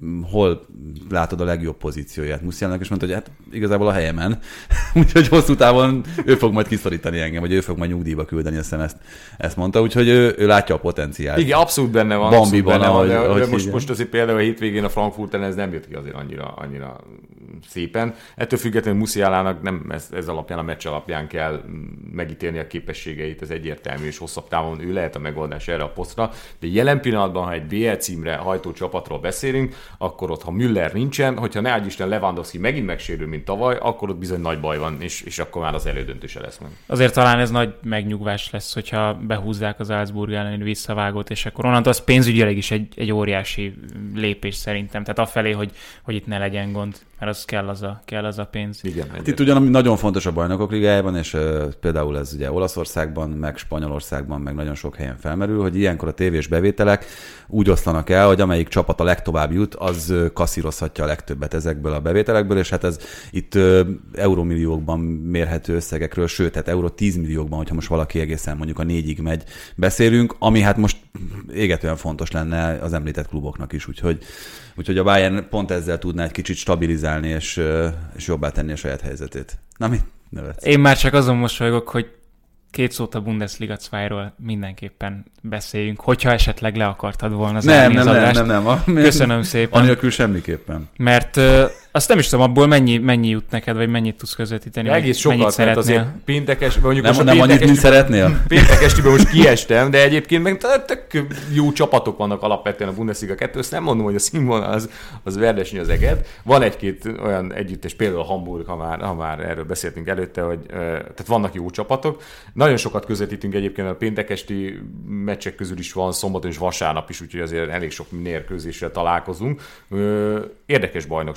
hol látod a legjobb pozícióját Musialnak, és mondta, hogy hát igazából a helyemen. Úgyhogy hosszú távon ő fog majd kiszorítani engem, vagy ő fog majd nyugdíjba küldeni, azt hiszem ezt mondta, úgyhogy ő látja a potenciált. Igen, abszolút benne van. Bambiban, de most azért például a hétvégén a Frankfurt ellen ez nem jött ki azért annyira szépen. Ettől függetlenül Musialának nem ez alapján, a meccs alapján kell megítélni a képességeit, ez egyértelmű, és hosszabb távon ő lehet a megoldás erre a posztra. De jelen pillanatban, ha egy BL címre hajtó csapatról beszélünk, akkor ott, ha Müller nincsen, hogyha ne adj Isten Lewandowski megint megsérül, mint tavaly, akkor ott bizony nagy baj van, és akkor már az elődöntő se lesz meg. Azért talán ez nagy megnyugvás lesz, hogyha behúzzák az Salzburg elleni visszavágót, és akkor onnantól az pénzügyileg is egy óriási lépés szerintem. Tehát afelé, hogy itt ne legyen gond, mert az kell az a pénz. Igen, hát itt ugyan nagyon fontos a Bajnokok Ligájában, és például ez ugye Olaszországban, meg Spanyolországban, meg nagyon sok helyen felmerül, hogy ilyenkor a tévés bevételek úgy oszlanak el, hogy amelyik csapat a legtovább jut, az kasszírozhatja a legtöbbet ezekből a bevételekből, és hát ez itt eurómilliókban mérhető összegekről, sőt, hát euró 10 milliókban, hogyha most valaki egészen mondjuk a 4-ig megy, beszélünk, ami hát most égetően fontos lenne az említett kluboknak is, úgyhogy a Bayern pont ezzel tudná egy kicsit stabilizálni és jobbá tenni a saját helyzetét. Na mit nevetsz? Én már csak azon mosolygok, hogy 2 szót a Bundesliga 2-ról mindenképpen beszéljünk, hogyha esetleg le akartad volna zárni az adást. Nem. Köszönöm szépen. Anélkül semmiképpen. Mert azt nem is tudom, abból mennyi jut neked, vagy mennyit tudsz közvetíteni, egész sokat, mert azért péntekes, mondjuk nem, most nem annyit, mint szeretnél? Péntekestében most kiestem, de egyébként meg tök jó csapatok vannak alapvetően a Bundesliga 2, azt nem mondom, hogy a színvonal az verdesnyi az eget. Van egy-két olyan együttes, például a Hamburg, ha már erről beszéltünk előtte, hogy tehát vannak jó csapatok. Nagyon sokat közvetítünk egyébként, a péntekesti meccsek közül is van szombaton és vasárnap is, úgyhogy azért elég sok mérkőzéssel találkozunk. Érdekes bajnokság abból a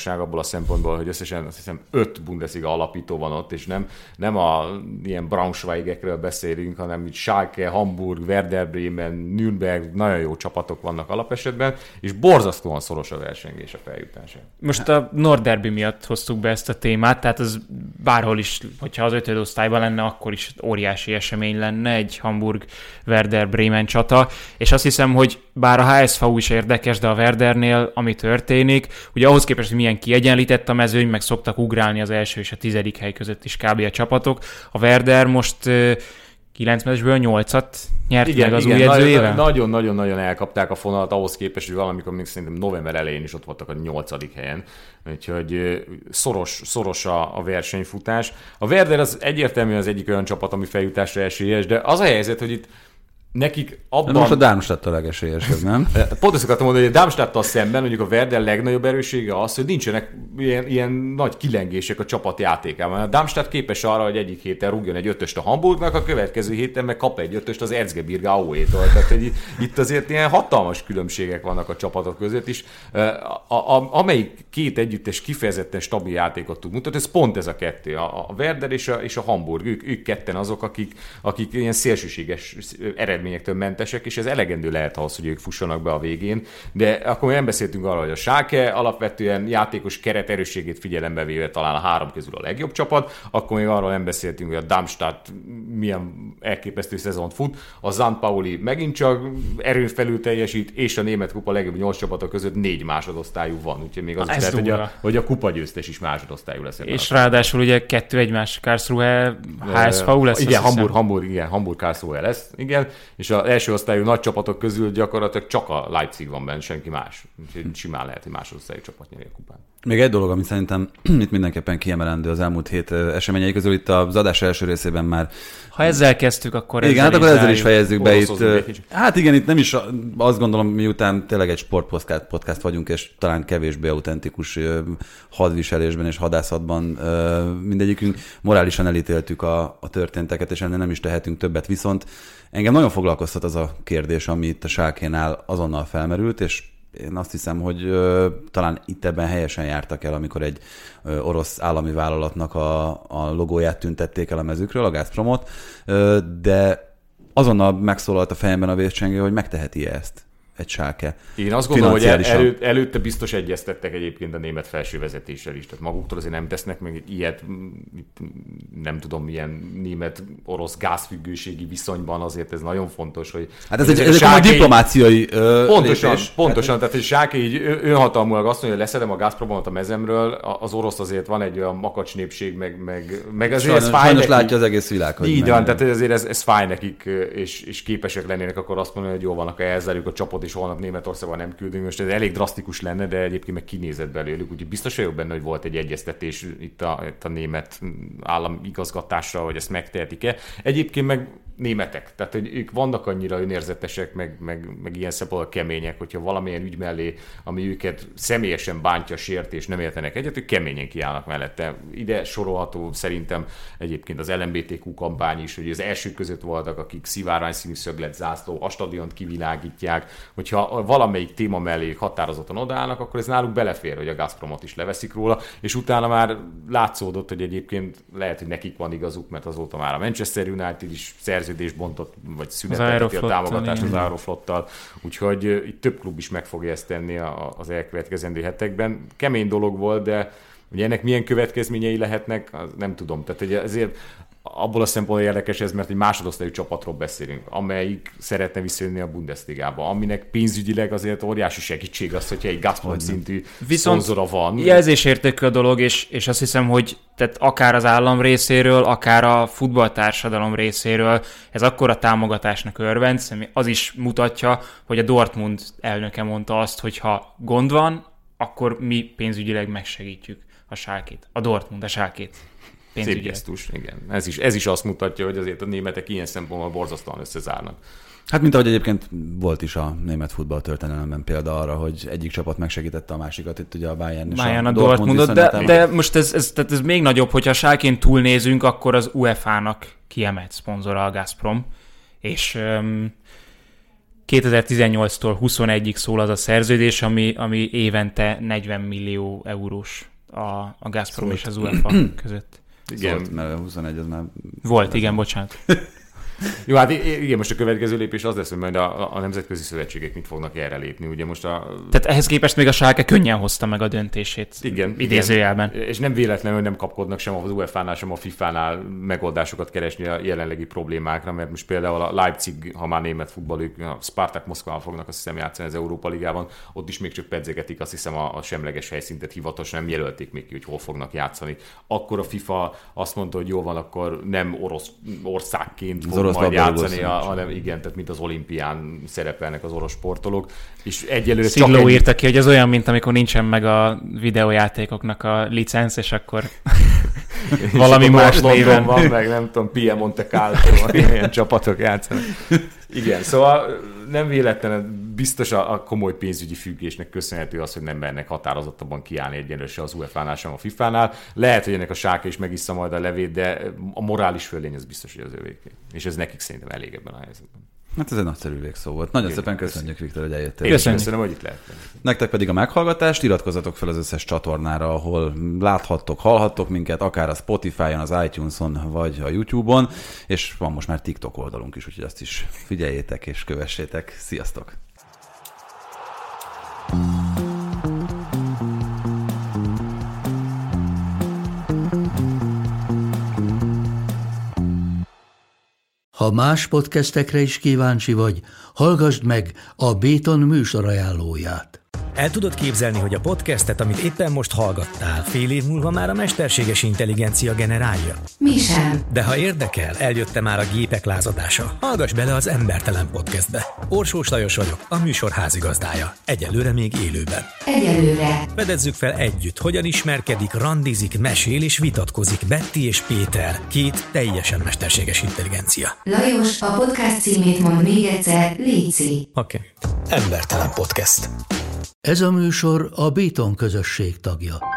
szempontból, hogy összesen azt hiszem 5 Bundesliga alapító van ott, és nem a ilyen Braunschweigekről beszélünk, hanem itt Schalke, Hamburg, Werder Bremen, Nürnberg, nagyon jó csapatok vannak alapesetben, és borzasztóan szoros a versengés a feljutásán. Most a Nordderby miatt hoztuk be ezt a témát, tehát az bárhol is, hogyha az 5. osztályban lenne, akkor is óriási esemény lenne egy Hamburg-Werder Bremen csata, és azt hiszem, hogy bár a HSV is érdekes, de a Werdernél, ami történik, ugye ahhoz képest, hogy milyen kiegyenlített a mezőny, meg szoktak ugrálni az első és a 10. hely között is kb. A csapatok. A Werder most 9 meccsből 8-at nyert meg az új edzőjével? Nagyon-nagyon elkapták a fonalat ahhoz képest, hogy valamikor még szerintem november elején is ott voltak a 8. helyen. Úgyhogy szoros a versenyfutás. A Werder az egyértelműen az egyik olyan csapat, ami feljutásra esélyes, de az a helyzet, hogy itt nekik abban... De most a Darmstadt a legesélyesebb, nem? Pont ezt akartam mondani, hogy a Darmstadttal szemben mondjuk a Werder legnagyobb erőssége az, hogy nincsenek ilyen nagy kilengések a csapat játékában. A Darmstadt képes arra, hogy egyik héten rúgjon egy 5-öst a Hamburgnak, a következő héten meg kap egy 5-öst az Erzgebirge Aue-tól. Tehát hogy itt azért ilyen hatalmas különbségek vannak a csapatok között is. Amelyik két együttes kifejezetten stabil játékot tud mutatni, ez pont ez a kettő. A Werder és a Hamburg. Ők ketten azok, akik ilyen szélsőséges eredményektől mentesek, és ez elegendő lehet ahhoz, hogy ők fussanak be a végén. De akkor nem beszéltünk arról, hogy a Schalke alapvetően játékos keret erősségét figyelembe véve talán a 3 közül a legjobb csapat, akkor még arról nem beszéltünk, hogy a Darmstadt milyen elképesztő szezont fut, a St. Pauli megint csak erőn felül teljesít, és a német kupa legjobb 8 csapatok között 4 másodosztályú van, úgyhogy még az is lehet, hogy a kupagyőztes is másodosztályú lesz. És ráadásul ugye 2 egymás, Karlsruhe, HSV lesz. Igen, Hamburg Karlsruhe lesz, igen, és az első osztályú nagy csapatok közül gyakorlatilag csak a Leipzig van benne, senki más. Úgyhogy simán lehet, hogy másodosztályú csapat nyeri a kupán. Még egy dolog, ami szerintem itt mindenképpen kiemelendő az elmúlt hét eseményei közül, itt az adás első részében már... Ha ezzel kezdtük, akkor igen, hát akkor ezzel is fejezzük be itt. Hát igen, itt nem is azt gondolom, miután tényleg egy sportpodcast vagyunk, és talán kevésbé autentikus hadviselésben és hadászatban mindegyikünk morálisan elítéltük a történteket, és ennél nem is tehetünk többet, viszont engem nagyon foglalkoztat az a kérdés, ami itt a Schalkénál azonnal felmerült, és én azt hiszem, hogy talán itt ebben helyesen jártak el, amikor egy orosz állami vállalatnak a logóját tüntették el a mezükről, a Gazpromot, de azonnal megszólalt a fejemben a vércsengő, hogy megteheti ezt egy Schalke. Én azt gondolom, hogy előtte biztos egyeztettek egyébként a német felső vezetéssel is, tehát maguktól azért nem tesznek meg ilyet, nem tudom, milyen német-orosz gázfüggőségi viszonyban, azért ez nagyon fontos, hogy... Hát ez egy diplomáciai Pontosan, tehát egy Schalke így önhatalmulag azt mondja, hogy leszedem a Gazpromot a mezemről, az orosz azért van egy olyan makacs népség, meg azért ez fáj sajnos nekik. látja az egész világ. Így van, tehát azért ez fáj nekik, és képesek lennének akkor azt mondani, hogy jó van, akkor elzárjuk a csapot, és holnap Németországban nem küldünk. Most ez elég drasztikus lenne, de egyébként meg kinézett belőlük. Úgyhogy biztos vagyok benne, hogy volt egy egyeztetés itt a német államigazgatásra, hogy ezt megtehetik-e. Egyébként meg németek. Tehát, hogy ők vannak annyira önérzetesek, meg ilyen szempontból kemények, hogyha valamilyen ügy mellé, ami őket személyesen bántja, sérti, és nem értenek egyet, ők keményen kiállnak mellette. Ide sorolható szerintem egyébként az LMBTQ kampány is, hogy az elsők között voltak, akik szivárványszínű szöglet zászló, a stadiont kivilágítják. Hogyha valamelyik téma mellé határozottan odaállnak, akkor ez náluk belefér, hogy a Gazpromot is leveszik róla, és utána már látszódott, hogy egyébként lehet, hogy nekik van igazuk, mert azóta már a Manchester United is szerződést bontott, vagy szünetelteti a támogatást az Aeroflottal, úgyhogy itt több klub is meg fogja ezt tenni az elkövetkezendő hetekben. Kemény dolog volt, de ugye ennek milyen következményei lehetnek, nem tudom. Tehát ezért abból a szempontból érdekes ez, mert egy másodosztályú csapatról beszélünk, amelyik szeretne visszajönni a Bundesligába, aminek pénzügyileg azért óriási segítség az, hogyha egy Gazprom szintű szponzora van. Jelzésértékű a dolog, és azt hiszem, hogy tehát akár az állam részéről, akár a futballtársadalom részéről ez akkora támogatásnak örvend, az is mutatja, hogy a Dortmund elnöke mondta azt, hogy ha gond van, akkor mi pénzügyileg megsegítjük a Schalkét. A Dortmund, a Schalkét. Szép gesztus, igen. Ez is azt mutatja, hogy azért a németek ilyen szempontból borzasztóan összezárnak. Hát mint ahogy egyébként volt is a német futball történelemben példa arra, hogy egyik csapat megsegítette a másikat, itt ugye a Bayern és a Dortmundot, de most ez még nagyobb, hogyha a Schalkén túlnézünk, akkor az UEFA-nak kiemelt szponzora a Gazprom, és 2018-tól 21-ig szól az a szerződés, ami évente 40 millió eurós a Gazprom és az UEFA között. Igen. Szólt, mert a 21 az már... Volt, igen, bocsánat. Jó, hát igen, most a következő lépés az lesz, hogy majd a nemzetközi szövetségek mit fognak erre lépni. Ugye most Tehát ehhez képest még a Schalke könnyen hozta meg a döntését. Igen. Idézőjelben. Igen. És nem véletlenül nem kapkodnak sem az UEFA-nál, sem a FIFA-nál megoldásokat keresni a jelenlegi problémákra, mert most például a Leipzig, ha már német futball, ők a Spartak Moszkvával fognak azt hiszem játszani az Európa Ligában, ott is még csak pedzegetik, azt hiszem a semleges helyszíntet hivatalosan nem jelölték még ki, hogy hol fognak játszani. Akkor a FIFA azt mondta, hogy jó van, akkor nem orosz országként majd játszani, hanem igen, tehát mint az olimpián szerepelnek az orosz sportolók. És egyelőre Szigló írta ki, hogy ez olyan, mint amikor nincsen meg a videójátékoknak a licenc, és akkor valami más néven van, meg nem tudom, Piemonte Calcio, ilyen csapatok játszanak. Igen, szóval nem véletlenül biztos a komoly pénzügyi függésnek köszönhető az, hogy nem mernek határozottabban kiállni egyenlőre se az UEFA-nál, sem a FIFA-nál. Lehet, hogy ennek a Schalke is megissza majd a levét, de a morális fölény az biztos, hogy az övéké. És ez nekik szerintem elég ebben a helyzetben. Hát ez egy nagyszerű végszó volt. Nagyon szépen köszönjük, Viktor, hogy eljöttél. Én köszönöm, hogy itt lehettem. Nektek pedig a meghallgatást, iratkozzatok fel az összes csatornára, ahol láthattok, hallhattok minket, akár a Spotify-on, az iTunes-on, vagy a YouTube-on, és van most már TikTok oldalunk is, úgyhogy azt is figyeljétek és kövessétek. Sziasztok! Ha más podcastekre is kíváncsi vagy, hallgassd meg a Béton műsor ajánlóját. El tudod képzelni, hogy a podcastet, amit éppen most hallgattál, fél év múlva már a mesterséges intelligencia generálja? Mi sem. De ha érdekel, eljött már a gépek lázadása. Hallgass bele az Embertelen Podcastbe. Orsós Lajos vagyok, a műsor házigazdája. Egyelőre még élőben. Egyelőre. Fedezzük fel együtt, hogyan ismerkedik, randizik, mesél és vitatkozik Betty és Péter, két teljesen mesterséges intelligencia. Lajos, a podcast címét mond még egyszer, léci. Oké. Embertelen Podcast. Ez a műsor a Béton közösség tagja.